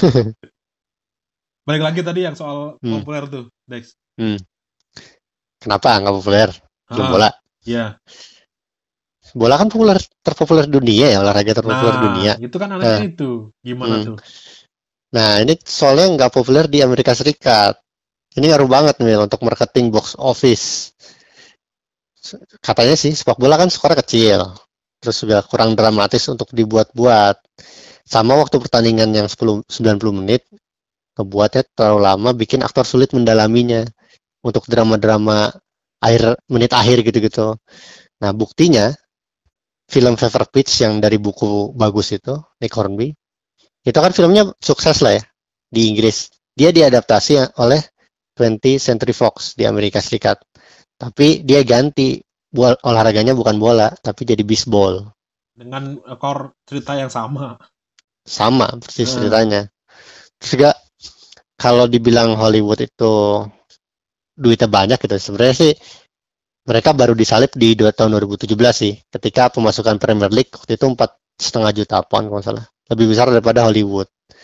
Balik lagi tadi yang soal populer tuh, Dex. Kenapa nggak populer? Belum bola. Iya. Bola kan terpopuler dunia ya, olahraga terpopuler dunia. Itu kan anehnya itu. Gimana tuh? Nah, ini soalnya nggak populer di Amerika Serikat. Ini ngaruh banget nih untuk marketing box office. Katanya sih, sepak bola kan skornya kecil. Terus juga kurang dramatis untuk dibuat-buat. Sama waktu pertandingan yang 90 menit, ngebuatnya terlalu lama, bikin aktor sulit mendalaminya. Untuk drama-drama menit akhir gitu-gitu. Nah, buktinya, film Fever Pitch yang dari buku bagus itu, Nick Hornby, itu kan filmnya sukses lah ya, di Inggris. Dia diadaptasi oleh 20th Century Fox di Amerika Serikat. Tapi dia ganti, olahraganya bukan bola, tapi jadi bisbol. Dengan core cerita yang sama. Sama, persis ceritanya. Terus juga, kalau dibilang Hollywood itu duitnya banyak gitu, sebenarnya sih mereka baru disalip di tahun 2017 sih, ketika pemasukan Premier League waktu itu 4,5 juta pound kalau salah, lebih besar daripada Hollywood.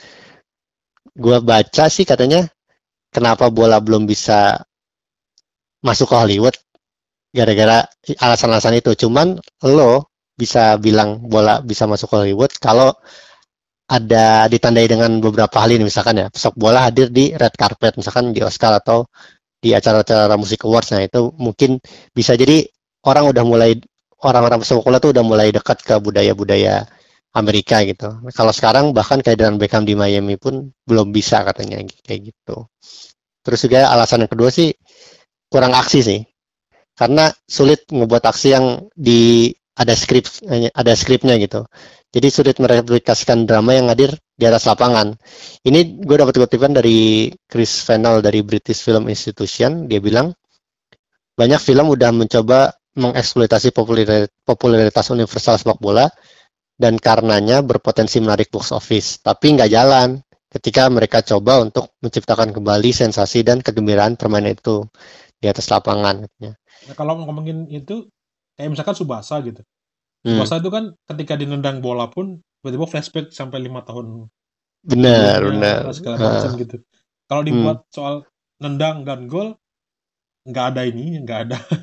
Gua baca sih katanya kenapa bola belum bisa masuk ke Hollywood gara-gara alasan-alasan itu. Cuman lo bisa bilang bola bisa masuk ke Hollywood kalau ada ditandai dengan beberapa hal ini, misalkan ya, sepak bola hadir di red carpet, misalkan di Oscar atau di acara-acara musik awards. Nah, itu mungkin bisa jadi orang-orang sepak bola tuh udah mulai dekat ke budaya-budaya Amerika gitu. Kalau sekarang bahkan kayak dengan Beckham di Miami pun belum bisa katanya kayak gitu. Terus juga alasan yang kedua sih kurang aksi sih. Karena sulit ngebuat aksi yang ada skripnya gitu. Jadi sulit mereplikasikan drama yang hadir di atas lapangan. Ini gue dapat kutipan dari Chris Fennell dari British Film Institution. Dia bilang banyak film udah mencoba mengeksploitasi popularitas universal sepak bola dan karenanya berpotensi menarik box office. Tapi nggak jalan ketika mereka coba untuk menciptakan kembali sensasi dan kegembiraan permainan itu di atas lapangan. Nah, kalau ngomongin itu, kayak misalkan Tsubasa gitu. Tsubasa itu kan ketika dinendang bola pun tiba-tiba flashback sampai 5 tahun. Benar. Segala macam gitu. Kalau dibuat soal nendang dan gol, nggak ada ini, nggak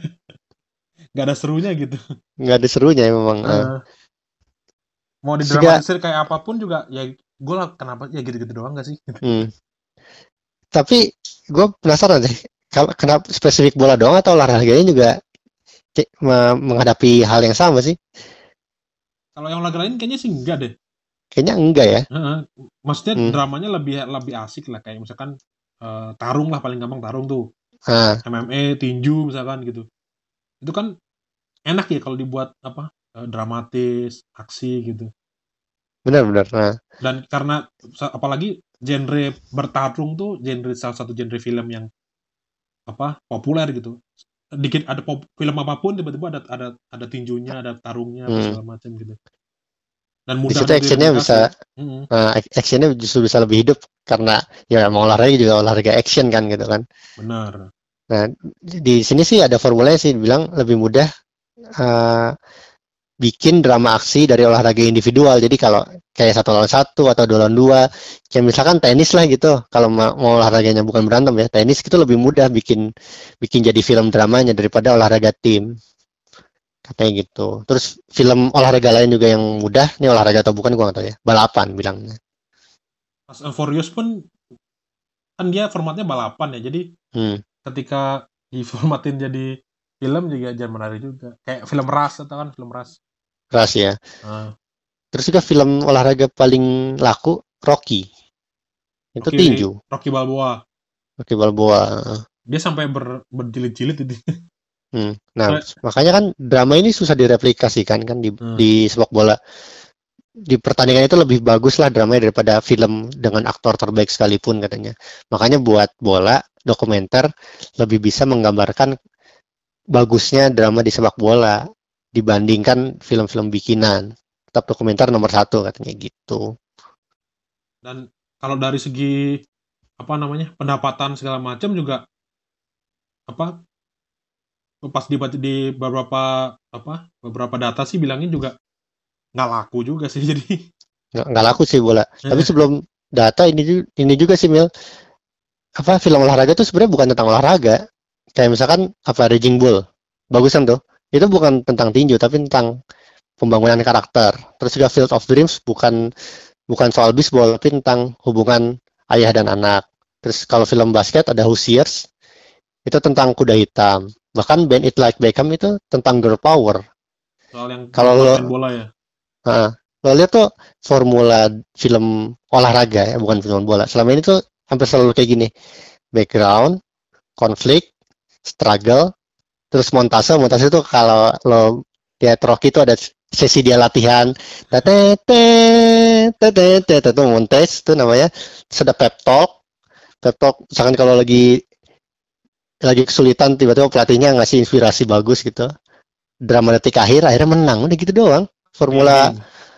ada serunya gitu. Nggak ada serunya memang. Mau didramatisir kayak apapun juga, ya gol kenapa ya gitu-gitu doang nggak sih? Tapi gue penasaran deh, kenapa spesifik bola doang atau olahraganya juga menghadapi hal yang sama sih? Kalau yang olahraga lain kayaknya sih enggak deh. Kayaknya enggak ya. Maksudnya dramanya lebih asik lah, kayak misalkan tarung lah, paling gampang tarung tuh. MMA, tinju misalkan gitu. Itu kan enak ya kalau dibuat dramatis, aksi gitu. Benar. Dan karena apalagi genre bertarung tuh salah satu genre film yang populer gitu. Dikit ada film apapun tiba-tiba ada tinjunya, ada tarungnya, segala macam gitu. Dan mudah disitu actionnya bisa, actionnya justru bisa lebih hidup karena ya mau olahraga juga olahraga action kan gitu kan. Benar. Nah, di sini sih ada formulanya sih bilang lebih mudah bikin drama aksi dari olahraga individual. Jadi kalau kayak 1 lawan 1 atau 2 lawan 2, kayak misalkan tenis lah gitu. Kalau mau olahraganya bukan berantem ya, tenis itu lebih mudah bikin jadi film dramanya daripada olahraga tim. Katanya gitu. Terus film olahraga lain juga yang mudah, ini olahraga atau bukan gue nggak tahu ya. Balapan bilangnya. Fast and Furious pun kan dia formatnya balapan ya. Jadi ketika diformatin jadi film juga jangan menarik juga. Kayak film Rush atau kan film Rush. Rush ya. Terus juga film olahraga paling laku Rocky. Itu tinju. Rocky Balboa. Dia sampai berjilid-jilid itu. Nah, makanya kan drama ini susah direplikasikan kan di sepak bola. di pertandingan itu lebih bagus lah dramanya daripada film dengan aktor terbaik sekalipun katanya. Makanya buat bola dokumenter lebih bisa menggambarkan bagusnya drama di sepak bola dibandingkan film-film bikinan. Tetap dokumenter nomor 1 katanya gitu. Dan kalau dari segi apa namanya pendapatan segala macam juga apa pas dibaca di beberapa data sih bilangin juga nggak laku juga sih jadi Nggak laku sih bola. Tapi sebelum data ini juga sih Mil, apa film olahraga tuh sebenarnya bukan tentang olahraga. Kayak misalkan apa Raging Bull, bagusan tuh. Itu bukan tentang tinju tapi tentang pembangunan karakter. Terus juga Field of Dreams bukan soal bisbol tapi tentang hubungan ayah dan anak. Terus kalau film basket ada Hoosiers, itu tentang kuda hitam. Bahkan Ben It Like Beckham itu tentang girl power. soal yang Kalau main bola ya. Lo lihat tuh formula film olahraga ya, bukan film bola. Selama ini tuh hampir selalu kayak gini. Background, konflik, struggle, terus montase. Montase itu kalau lo lihat Rocky itu ada sesi dia latihan. Itu montage itu namanya. Terus ada pep talk. Pep talk misalkan kalau lagi kesulitan tiba-tiba pelatihnya ngasih inspirasi bagus gitu. Drama detik akhirnya menang. Udah gitu doang. Formula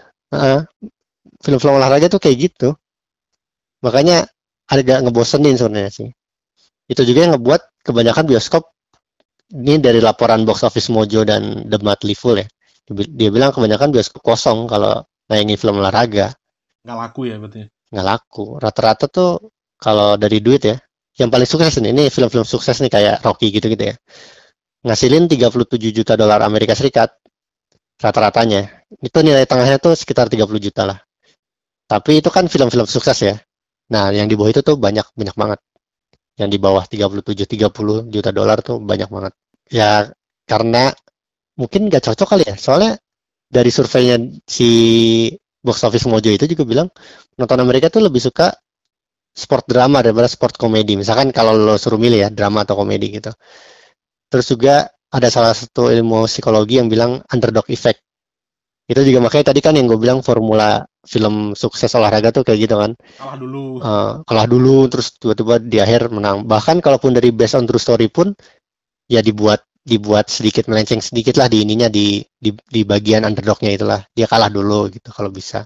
film-film olahraga tuh kayak gitu. Makanya agak ngebosenin sebenarnya sih. Itu juga yang ngebuat kebanyakan bioskop ini dari laporan Box Office Mojo dan The Motley Fool ya. Dia bilang kebanyakan bioskop kosong kalau nayangin film olahraga. Nggak laku ya berarti. Nggak laku. Rata-rata tuh kalau dari duit ya, yang paling sukses ini film-film sukses nih kayak Rocky gitu-gitu ya. Ngasilin 37 juta dolar Amerika Serikat rata-ratanya. Itu nilai tengahnya tuh sekitar 30 juta lah. Tapi itu kan film-film sukses ya. Nah, yang di bawah itu tuh banyak banget. Yang di bawah 37-30 juta dolar tuh banyak banget. Ya karena mungkin nggak cocok kali ya. Soalnya dari surveinya si Box Office Mojo itu juga bilang penonton Amerika tuh lebih suka sport drama daripada sport komedi. Misalkan kalau lo suruh milih ya drama atau komedi gitu. Terus juga ada salah satu ilmu psikologi yang bilang underdog effect. Itu juga makanya tadi kan yang gue bilang formula film sukses olahraga tuh kayak gitu kan. Kalah dulu terus tiba-tiba di akhir menang. Bahkan kalaupun dari based on true story pun ya dibuat sedikit melenceng sedikit lah di ininya di bagian underdognya itulah. Dia kalah dulu gitu kalau bisa.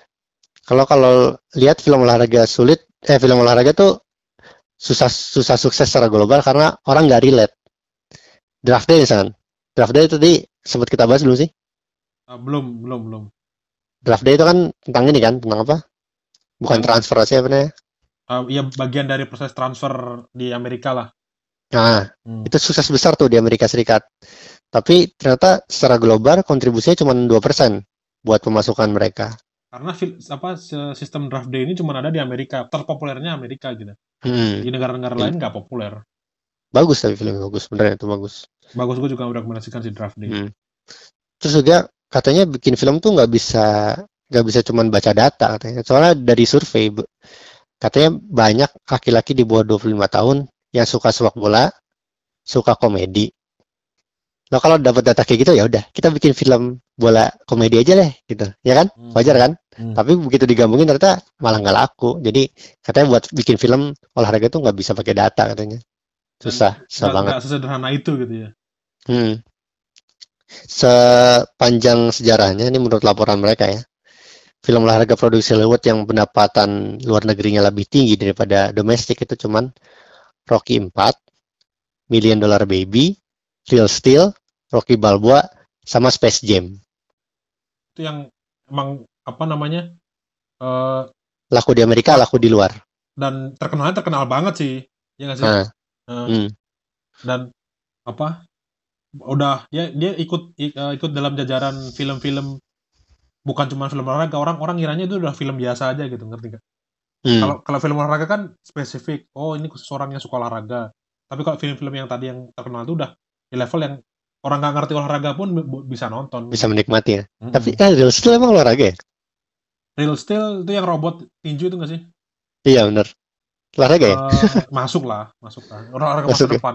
Kalau lihat film olahraga film olahraga tuh susah sukses secara global karena orang nggak relate. Draft Day misalkan. Draft Day tadi sempat kita bahas belum sih? Belum. Draft Day itu kan tentang ini kan, tentang apa? Bukan transfer aja sebenarnya. Iya bagian dari proses transfer di Amerika lah. Nah, itu sukses besar tuh di Amerika Serikat. Tapi ternyata secara global kontribusinya cuma 2% buat pemasukan mereka. Karena sistem draft day ini cuma ada di Amerika, terpopulernya Amerika gitu. Di negara-negara lain nggak populer. Bagus tapi filmnya bagus, beneran itu bagus. Bagus, gue juga rekomendasikan si draft day. Terus juga katanya bikin film tuh nggak bisa cuma baca data katanya. Soalnya dari survei katanya banyak laki-laki di bawah 25 tahun yang suka sepak bola, suka komedi. Nah kalau dapat data kayak gitu ya udah kita bikin film bola komedi aja deh gitu, ya kan? Wajar kan? Tapi begitu digabungin ternyata malah nggak laku. Jadi katanya buat bikin film olahraga tuh nggak bisa pakai data katanya. Susah banget. Nggak sesederhana itu gitu ya. Sepanjang sejarahnya ini menurut laporan mereka ya, film olahraga produksi Hollywood yang pendapatan luar negerinya lebih tinggi daripada domestik itu cuman Rocky 4, $1 Million Baby, Real Steel, Rocky Balboa, sama Space Jam. Itu yang emang apa namanya laku di Amerika, laku di luar. Dan terkenal banget sih, ya nggak sih? Dan apa? Udah dia ikut dalam jajaran film-film bukan cuma film olahraga. Orang kiranya itu udah film biasa aja gitu, ngerti nggak? Kalau film olahraga kan spesifik. Oh ini khusus orang yang suka olahraga. Tapi kalau film-film yang tadi yang terkenal itu udah di level yang orang nggak ngerti olahraga pun bisa nonton. Bisa menikmati ya. Tapi Real Steel emang olahraga ya? Real Steel itu yang robot tinju itu nggak sih? Iya benar. Olahraga ya? Masuk lah. Olahraga masa depan.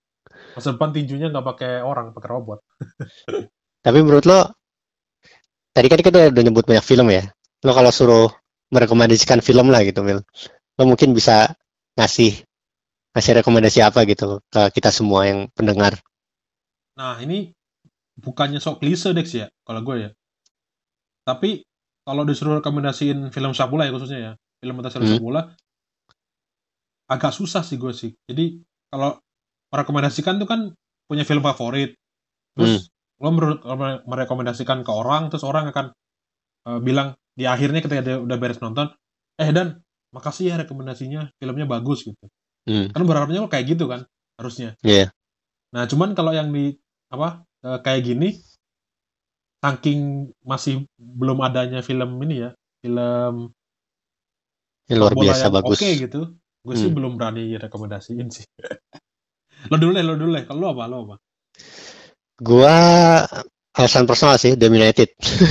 Masa depan tinjunya nggak pakai orang, pakai robot. Tapi menurut lo tadi kan kita udah nyebut banyak film ya. Lo kalau suruh merekomendasikan film lah gitu, Mil. Lo mungkin bisa ngasih rekomendasi apa gitu ke kita semua yang pendengar. Nah, ini bukannya sok klise Dex ya, kalau gue ya. Tapi kalau disuruh rekomendasiin film sepak bola ya khususnya ya, film atau sepak bola, agak susah sih gue sih. Jadi kalau merekomendasikan tuh kan punya film favorit, terus lo merekomendasikan ke orang, terus orang akan bilang di akhirnya ketika dia udah beres nonton, Dan, makasih ya rekomendasinya, filmnya bagus gitu. Kan berharapnya lo kayak gitu kan, harusnya. Iya. Nah, cuman kalau yang di kayak gini, saking masih belum adanya film ini ya, film Ini luar bola biasa yang bagus. oke gitu, gue sih belum berani rekomendasiin sih. Lo dulu deh. Kalau lo apa? Gua alasan personal sih, The United.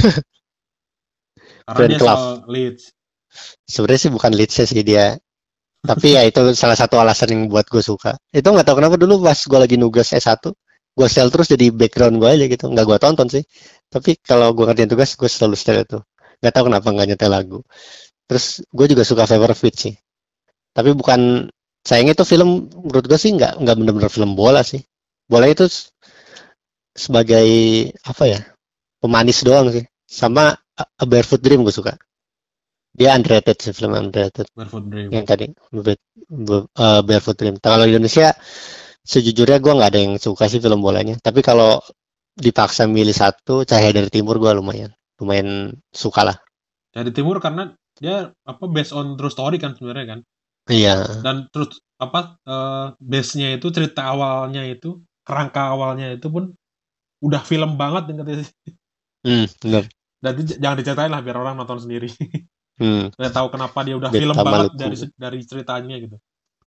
Karena Friend dia Club. soal Leeds. Sebenarnya sih bukan Leeds sih dia. Tapi ya itu salah satu alasan yang buat gue suka. Itu nggak tahu kenapa dulu pas gue lagi nugas S1, gue setel terus jadi background gue aja gitu. Nggak gue tonton sih. Tapi kalau gue ngerjain tugas, gue selalu setel itu. Nggak tahu kenapa nggak nyetel lagu. Terus gue juga suka Fever Fit sih. Tapi bukan, sayangnya itu film menurut gue sih nggak benar-benar film bola sih. Bola itu sebagai apa ya, pemanis doang sih. Sama A Barefoot Dream gue suka. Dia underrated sih, film underrated. Barefoot Dream. Yang tadi Barefoot Dream. Kalau di Indonesia sejujurnya gue nggak ada yang suka sih film bolanya. Tapi kalau dipaksa milih satu, Cahaya dari Timur gue lumayan suka lah. Cahaya dari Timur karena dia based on true story kan sebenarnya kan. Iya. Dan terus base-nya itu, cerita awalnya itu, kerangka awalnya itu pun udah film banget katanya. Bener. Dan jangan diceritain lah biar orang nonton sendiri. Udah tahu kenapa dia udah film banget dari ceritanya gitu.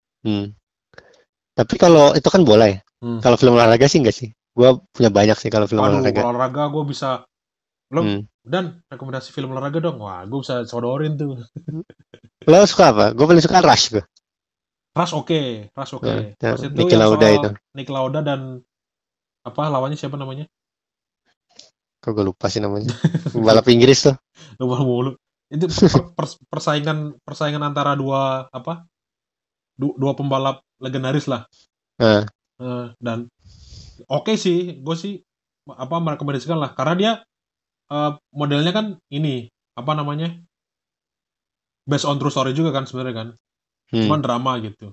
Tapi kalau itu kan bola ya. Kalau film olahraga sih enggak sih. Gue punya banyak sih kalau film olahraga. Kalau olahraga gue bisa dan rekomendasi film olahraga dong. Wah, gue bisa sodorin tuh. Lo suka apa? Gue paling suka Rush gue. Rush oke. Rush itu Niki yang Lauda soal itu. Niki Lauda dan lawannya siapa namanya? Kok gue lupa sih namanya. Balap Inggris tuh. Lupa mulu. Itu persaingan antara dua pembalap legendaris lah. Dan oke sih, gue sih merekomendasikan lah karena dia modelnya kan ini based on true story juga kan sebenarnya kan. Cuman drama gitu.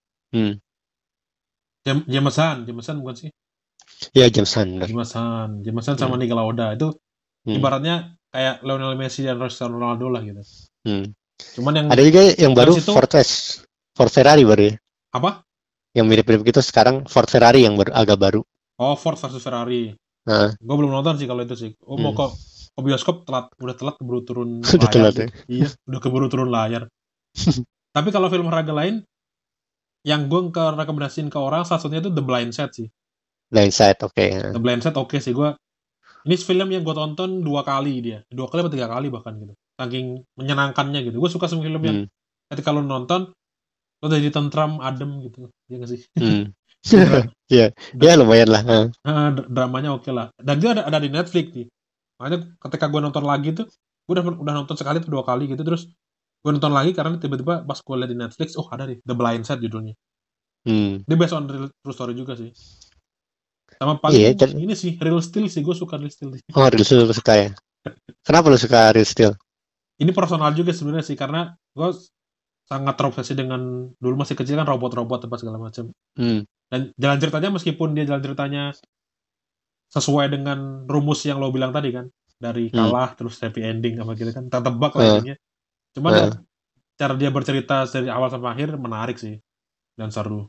Jameson bukan sih? Iya, Jameson sama Niki Lauda itu ibaratnya kayak Lionel Messi dan Cristiano Ronaldo lah gitu. Cuman yang ada juga yang baru Ford Ferrari baru ya. Apa? Yang mirip-mirip gitu sekarang Ford Ferrari yang agak baru. Oh, Ford versus Ferrari. Gue belum nonton sih kalau itu sih. Mau ke bioskop udah telat keburu turun layar. Telat, ya? Iya, udah keburu turun layar. Tapi kalau film olahraga lain yang gue rekomendasiin ke orang salah satunya itu The Blind Side sih. Blind Side, oke. The Blind Side oke sih gue. Ini film yang gue tonton 2 kali dia. 2 kali atau 3 kali bahkan gitu. Saking menyenangkannya gitu. Gue suka sama film yang ketika lo nonton lo jadi tentram, adem gitu. Iya gak sih? Iya, lumayan lah. Dramanya oke lah. Dan dia ada di Netflix nih. Makanya ketika gue nonton lagi tuh, gue udah nonton sekali atau 2 kali gitu, terus gue nonton lagi karena tiba-tiba pas gue liat di Netflix, ada nih The Blind Side judulnya. Dia based on true story juga sih. Sama paling ini sih Real Steel sih, gue suka Real Steel. Oh, Real Steel lu suka ya? Kenapa lu suka Real Steel? Ini personal juga sebenarnya sih, karena gue sangat terobsesi dengan dulu masih kecil kan robot-robot apa segala macam. Dan jalan ceritanya meskipun dia jalan ceritanya sesuai dengan rumus yang lo bilang tadi kan, dari kalah terus happy ending apa gitu kan, tertebak lah intinya. Cuman cara dia bercerita dari awal sampai akhir menarik sih dan seru.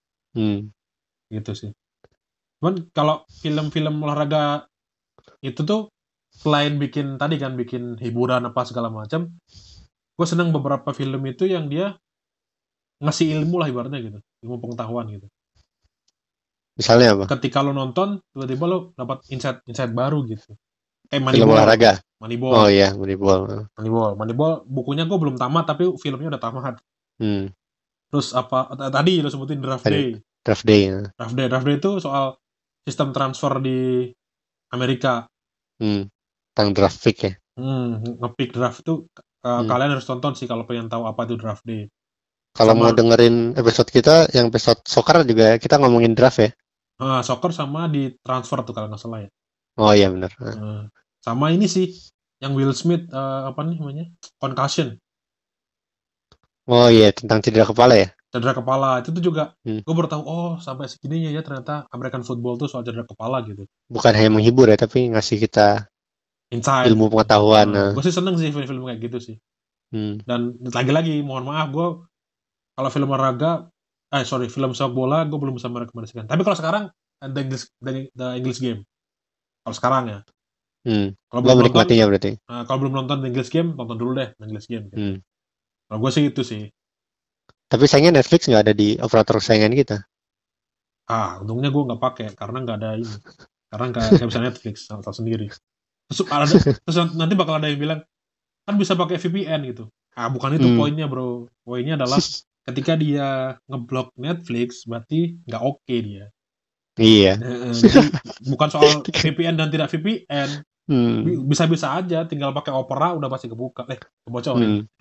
Gitu sih. Cuman kalau film-film olahraga itu tuh selain bikin hiburan apa segala macam, gue seneng beberapa film itu yang dia ngasih ilmu lah ibaratnya gitu, ilmu pengetahuan gitu. Misalnya apa? Ketika lo nonton, tiba-tiba lo dapat insight baru gitu. Film olahraga. Moneyball. Oh iya, Moneyball bukunya gue belum tamat tapi filmnya udah tamat. Terus tadi lo sebutin Draft Day. Draft Day itu soal sistem transfer di Amerika. tentang draft pick ya. Nge-pick draft itu kalian harus tonton sih kalau pengen tahu apa itu draft day. Kalau Sama- mau dengerin episode kita, yang episode soccer juga kita ngomongin draft ya. Soccer sama di transfer tuh kalau nggak salah ya. Oh iya benar. Sama ini sih yang Will Smith apa nih namanya? Concussion, Oh iya, tentang cedera kepala ya. cedera kepala. Itu tuh juga Hmm. gue baru tahu sampai segininya ya ternyata American football tuh soal cedera kepala gitu. Bukan hanya menghibur ya, tapi ngasih kita Insight. ilmu pengetahuan. Gue sih seneng sih film-film kayak gitu sih. Dan lagi-lagi mohon maaf gue kalau film olahraga film sepak bola gue belum bisa merekomendasikan. Tapi kalau sekarang the English Game. Kalau sekarang ya. Kalau Lo menikmatinya berarti. Kalau belum nonton The English Game, tonton dulu deh The English Game. Gitu. Kalau gue sih itu sih. Tapi sayangnya Netflix nggak ada di operator kesayangan kita. Untungnya gue nggak pakai karena nggak ada ini. Karena nggak bisa Netflix tahu sendiri. Terus nanti bakal ada yang bilang kan bisa pakai VPN gitu. Bukan itu poinnya bro. Poinnya adalah ketika dia ngeblok Netflix berarti nggak oke dia. Iya. Jadi bukan soal VPN dan tidak VPN. Bisa-bisa aja tinggal pakai Opera udah pasti kebuka. Kebocor.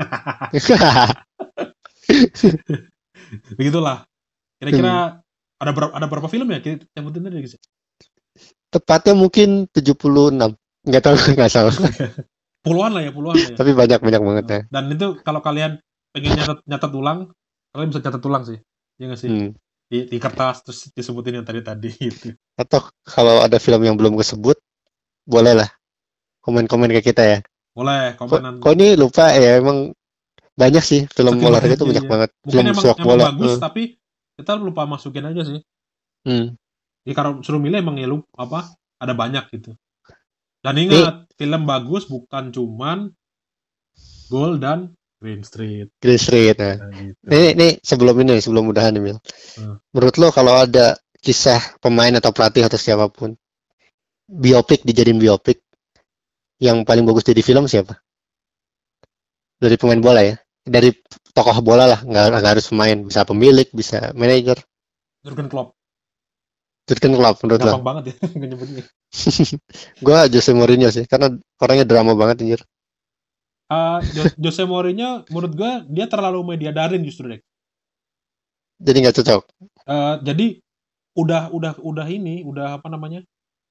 Begitulah. Kira-kira ada berapa film ya yang penting tadi guys? Tepatnya mungkin 76. Nggak tahu, nggak salah. Puluhan lah ya. Tapi banyak banget ya. Dan itu kalau kalian pengen nyatet ulang, kalian bisa catat ulang sih. Iya nggak sih? Di kertas terus disebutin yang tadi gitu. Atau kalau ada film yang belum kesebut, boleh lah komen-komen ke kita ya. Boleh komenan. Kok ini lupa ya, emang banyak sih film olahraga itu banyak banget. Mungkin Film emang bola bagus tapi kita lupa masukin aja sih. Ya kalau suruh milih emang ya lupa ada banyak gitu. Dan ingat film bagus bukan cuman Goal dan Green Street. Nah. Gitu. Ini sebelum udahan nih Mil. Menurut lo kalau ada kisah pemain atau pelatih atau siapapun dijadiin biopik, yang paling bagus jadi film siapa? Dari pemain bola ya, dari tokoh bola lah, nggak harus pemain, bisa pemilik, bisa manajer. Jurgen Klopp menurut lo? Gampang banget ya nyebutnya. Gua Jose Mourinho sih, karena orangnya drama banget anjir. Jose Mourinho menurut gue dia terlalu media daring justru deh. Jadi nggak cocok. Jadi udah apa namanya?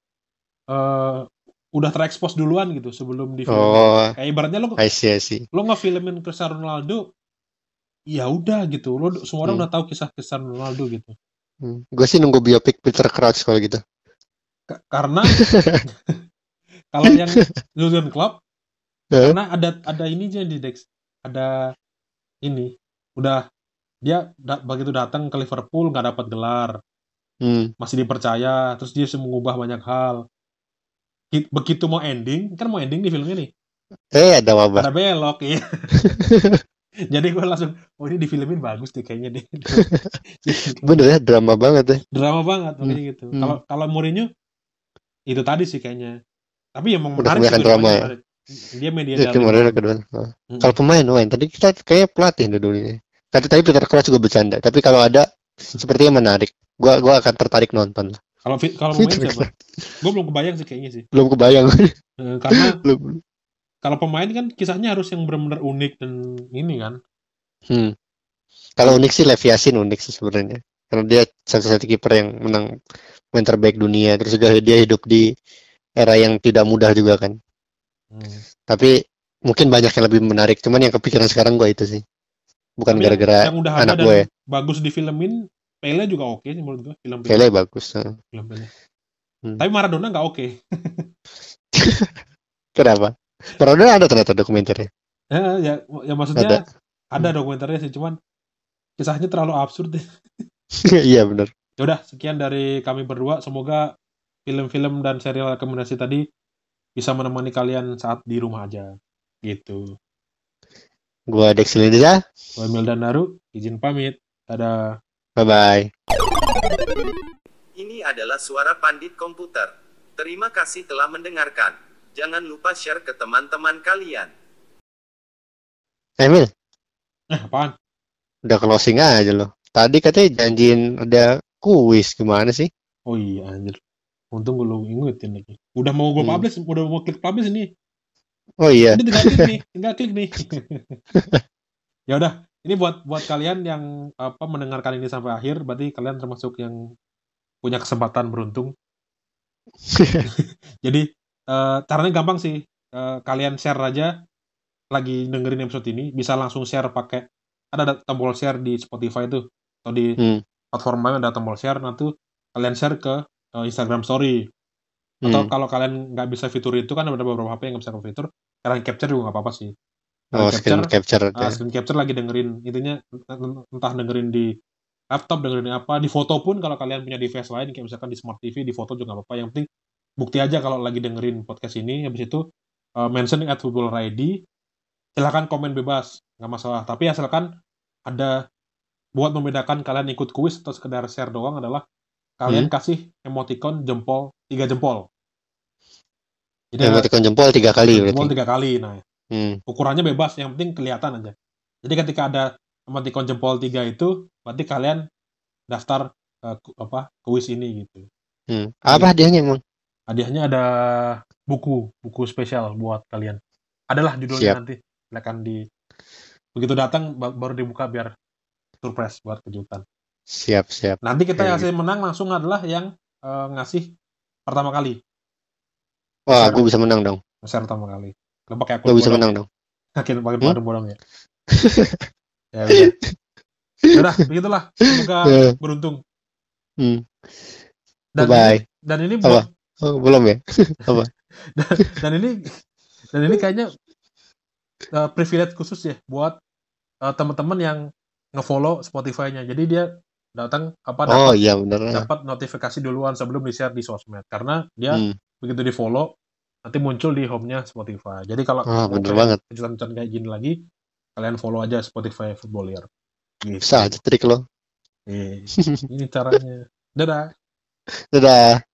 Udah terekspos duluan gitu sebelum di film. Kayak ibaratnya lo ngefilmin Cristiano Ronaldo, ya udah gitu. Lo semua orang udah tahu kisah Cristiano Ronaldo gitu. Gue sih nunggu biopik Peter Crouch kalau gitu. Karena kalau yang Jurgen Klopp karena ada ini aja di Dex, ada ini udah dia begitu datang ke Liverpool nggak dapat gelar, masih dipercaya, terus dia mengubah banyak hal. Begitu mau ending di filmnya nih, ada wabah, ada belok ya. Jadi gue langsung ini difilmin bagus deh kayaknya deh. Bener ya, drama banget makanya gitu. Kalau Mourinho itu tadi sih kayaknya, tapi emang menarik juga drama ya. Dia media kedua. Kalau pemain tadi kita kayak pelatih dulu. Tadi Peter Crouch juga bercanda, tapi kalau ada sepertinya menarik. Gua akan tertarik nonton. Kalau pemain siapa? Gue belum kebayang sih kayaknya sih. Belum kebayang. Karena kalau pemain kan kisahnya harus yang benar-benar unik dan ini kan. Kalau unik sih Lev Yashin unik sih sebenarnya. Karena dia satu-satu kiper yang menang pemain terbaik dunia. Terus juga dia hidup di era yang tidak mudah juga kan. Tapi mungkin banyak yang lebih menarik. Cuman yang kepikiran sekarang gue itu sih. Bukan tapi gara-gara yang udah anak ada gue ya. Bagus di filmin. Pele juga oke sih menurut gue. Pele bagus. Film Pele. Tapi Maradona nggak oke. Kenapa? Maradona ada ternyata dokumenternya. Ya maksudnya ada dokumenternya sih. Cuman kisahnya terlalu absurd deh. Iya benar. Yaudah, sekian dari kami berdua. Semoga film-film dan serial rekomendasi tadi bisa menemani kalian saat di rumah aja. Gitu. Gua Dex Linda. Gua Emil dan Naru. Izin pamit. Dadah. Bye-bye. Ini adalah suara pandit komputer. Terima kasih telah mendengarkan. Jangan lupa share ke teman-teman kalian. Emil. Apaan? Udah closing aja loh. Tadi katanya janjiin ada kuis, gimana sih? Oh iya anjir. Untung gue lu ingetin lagi. Udah mau gue publish, udah mau klik publish ini. Oh iya. Ini tinggal klik nih. Ya udah, ini buat kalian yang mendengarkan ini sampai akhir, berarti kalian termasuk yang punya kesempatan beruntung. Jadi caranya gampang sih. Kalian share aja lagi dengerin episode ini, bisa langsung share pakai ada tombol share di Spotify itu atau di platform lain ada tombol share, nanti kalian share ke Instagram Story. Atau kalau kalian nggak bisa fitur itu, kan ada beberapa HP yang nggak bisa ke fitur, kalian capture juga nggak apa-apa sih. Screen capture. Screen capture lagi dengerin, intinya entah dengerin di laptop, dengerin apa, di foto pun kalau kalian punya device lain kayak misalkan di smart TV, di foto juga nggak apa-apa. Yang penting bukti aja kalau lagi dengerin podcast ini. Habis itu mention @footballerID, silakan komen bebas, nggak masalah. Tapi asalkan ada buat membedakan kalian ikut kuis atau sekedar share doang adalah kalian kasih emoticon jempol 3 jempol. Jadi emoticon jempol 3 kali jempol berarti. 3 kali. Nah, ukurannya bebas, yang penting kelihatan aja. Jadi ketika ada emoticon jempol 3 itu, berarti kalian daftar kuis ini gitu. Apa hadiahnya emang? Hadiahnya ada buku spesial buat kalian. Adalah judulnya nanti. Silakan begitu datang baru dibuka biar surprise buat kejutan. Siap. Nanti kita yang menang langsung adalah yang ngasih pertama kali. Wah, gue bisa menang dong. Share pertama kali. Lo pakai akun gue bisa menang dong. Pakai akun bodong ya. Ya udah, begitulah. Semoga beruntung. Dan ini buat belum ya? Apa? dan ini kayaknya privilege khusus ya buat teman-teman yang nge-follow Spotify-nya. Jadi dia datang dapat notifikasi duluan sebelum di-share di sosmed, karena dia begitu di-follow nanti muncul di home-nya Spotify. Jadi kalau bener banget kejutan-kejutan kayak gini lagi, kalian follow aja Spotify Footballer. Gitu. Bisa aja trik lo. Ini caranya. Dadah.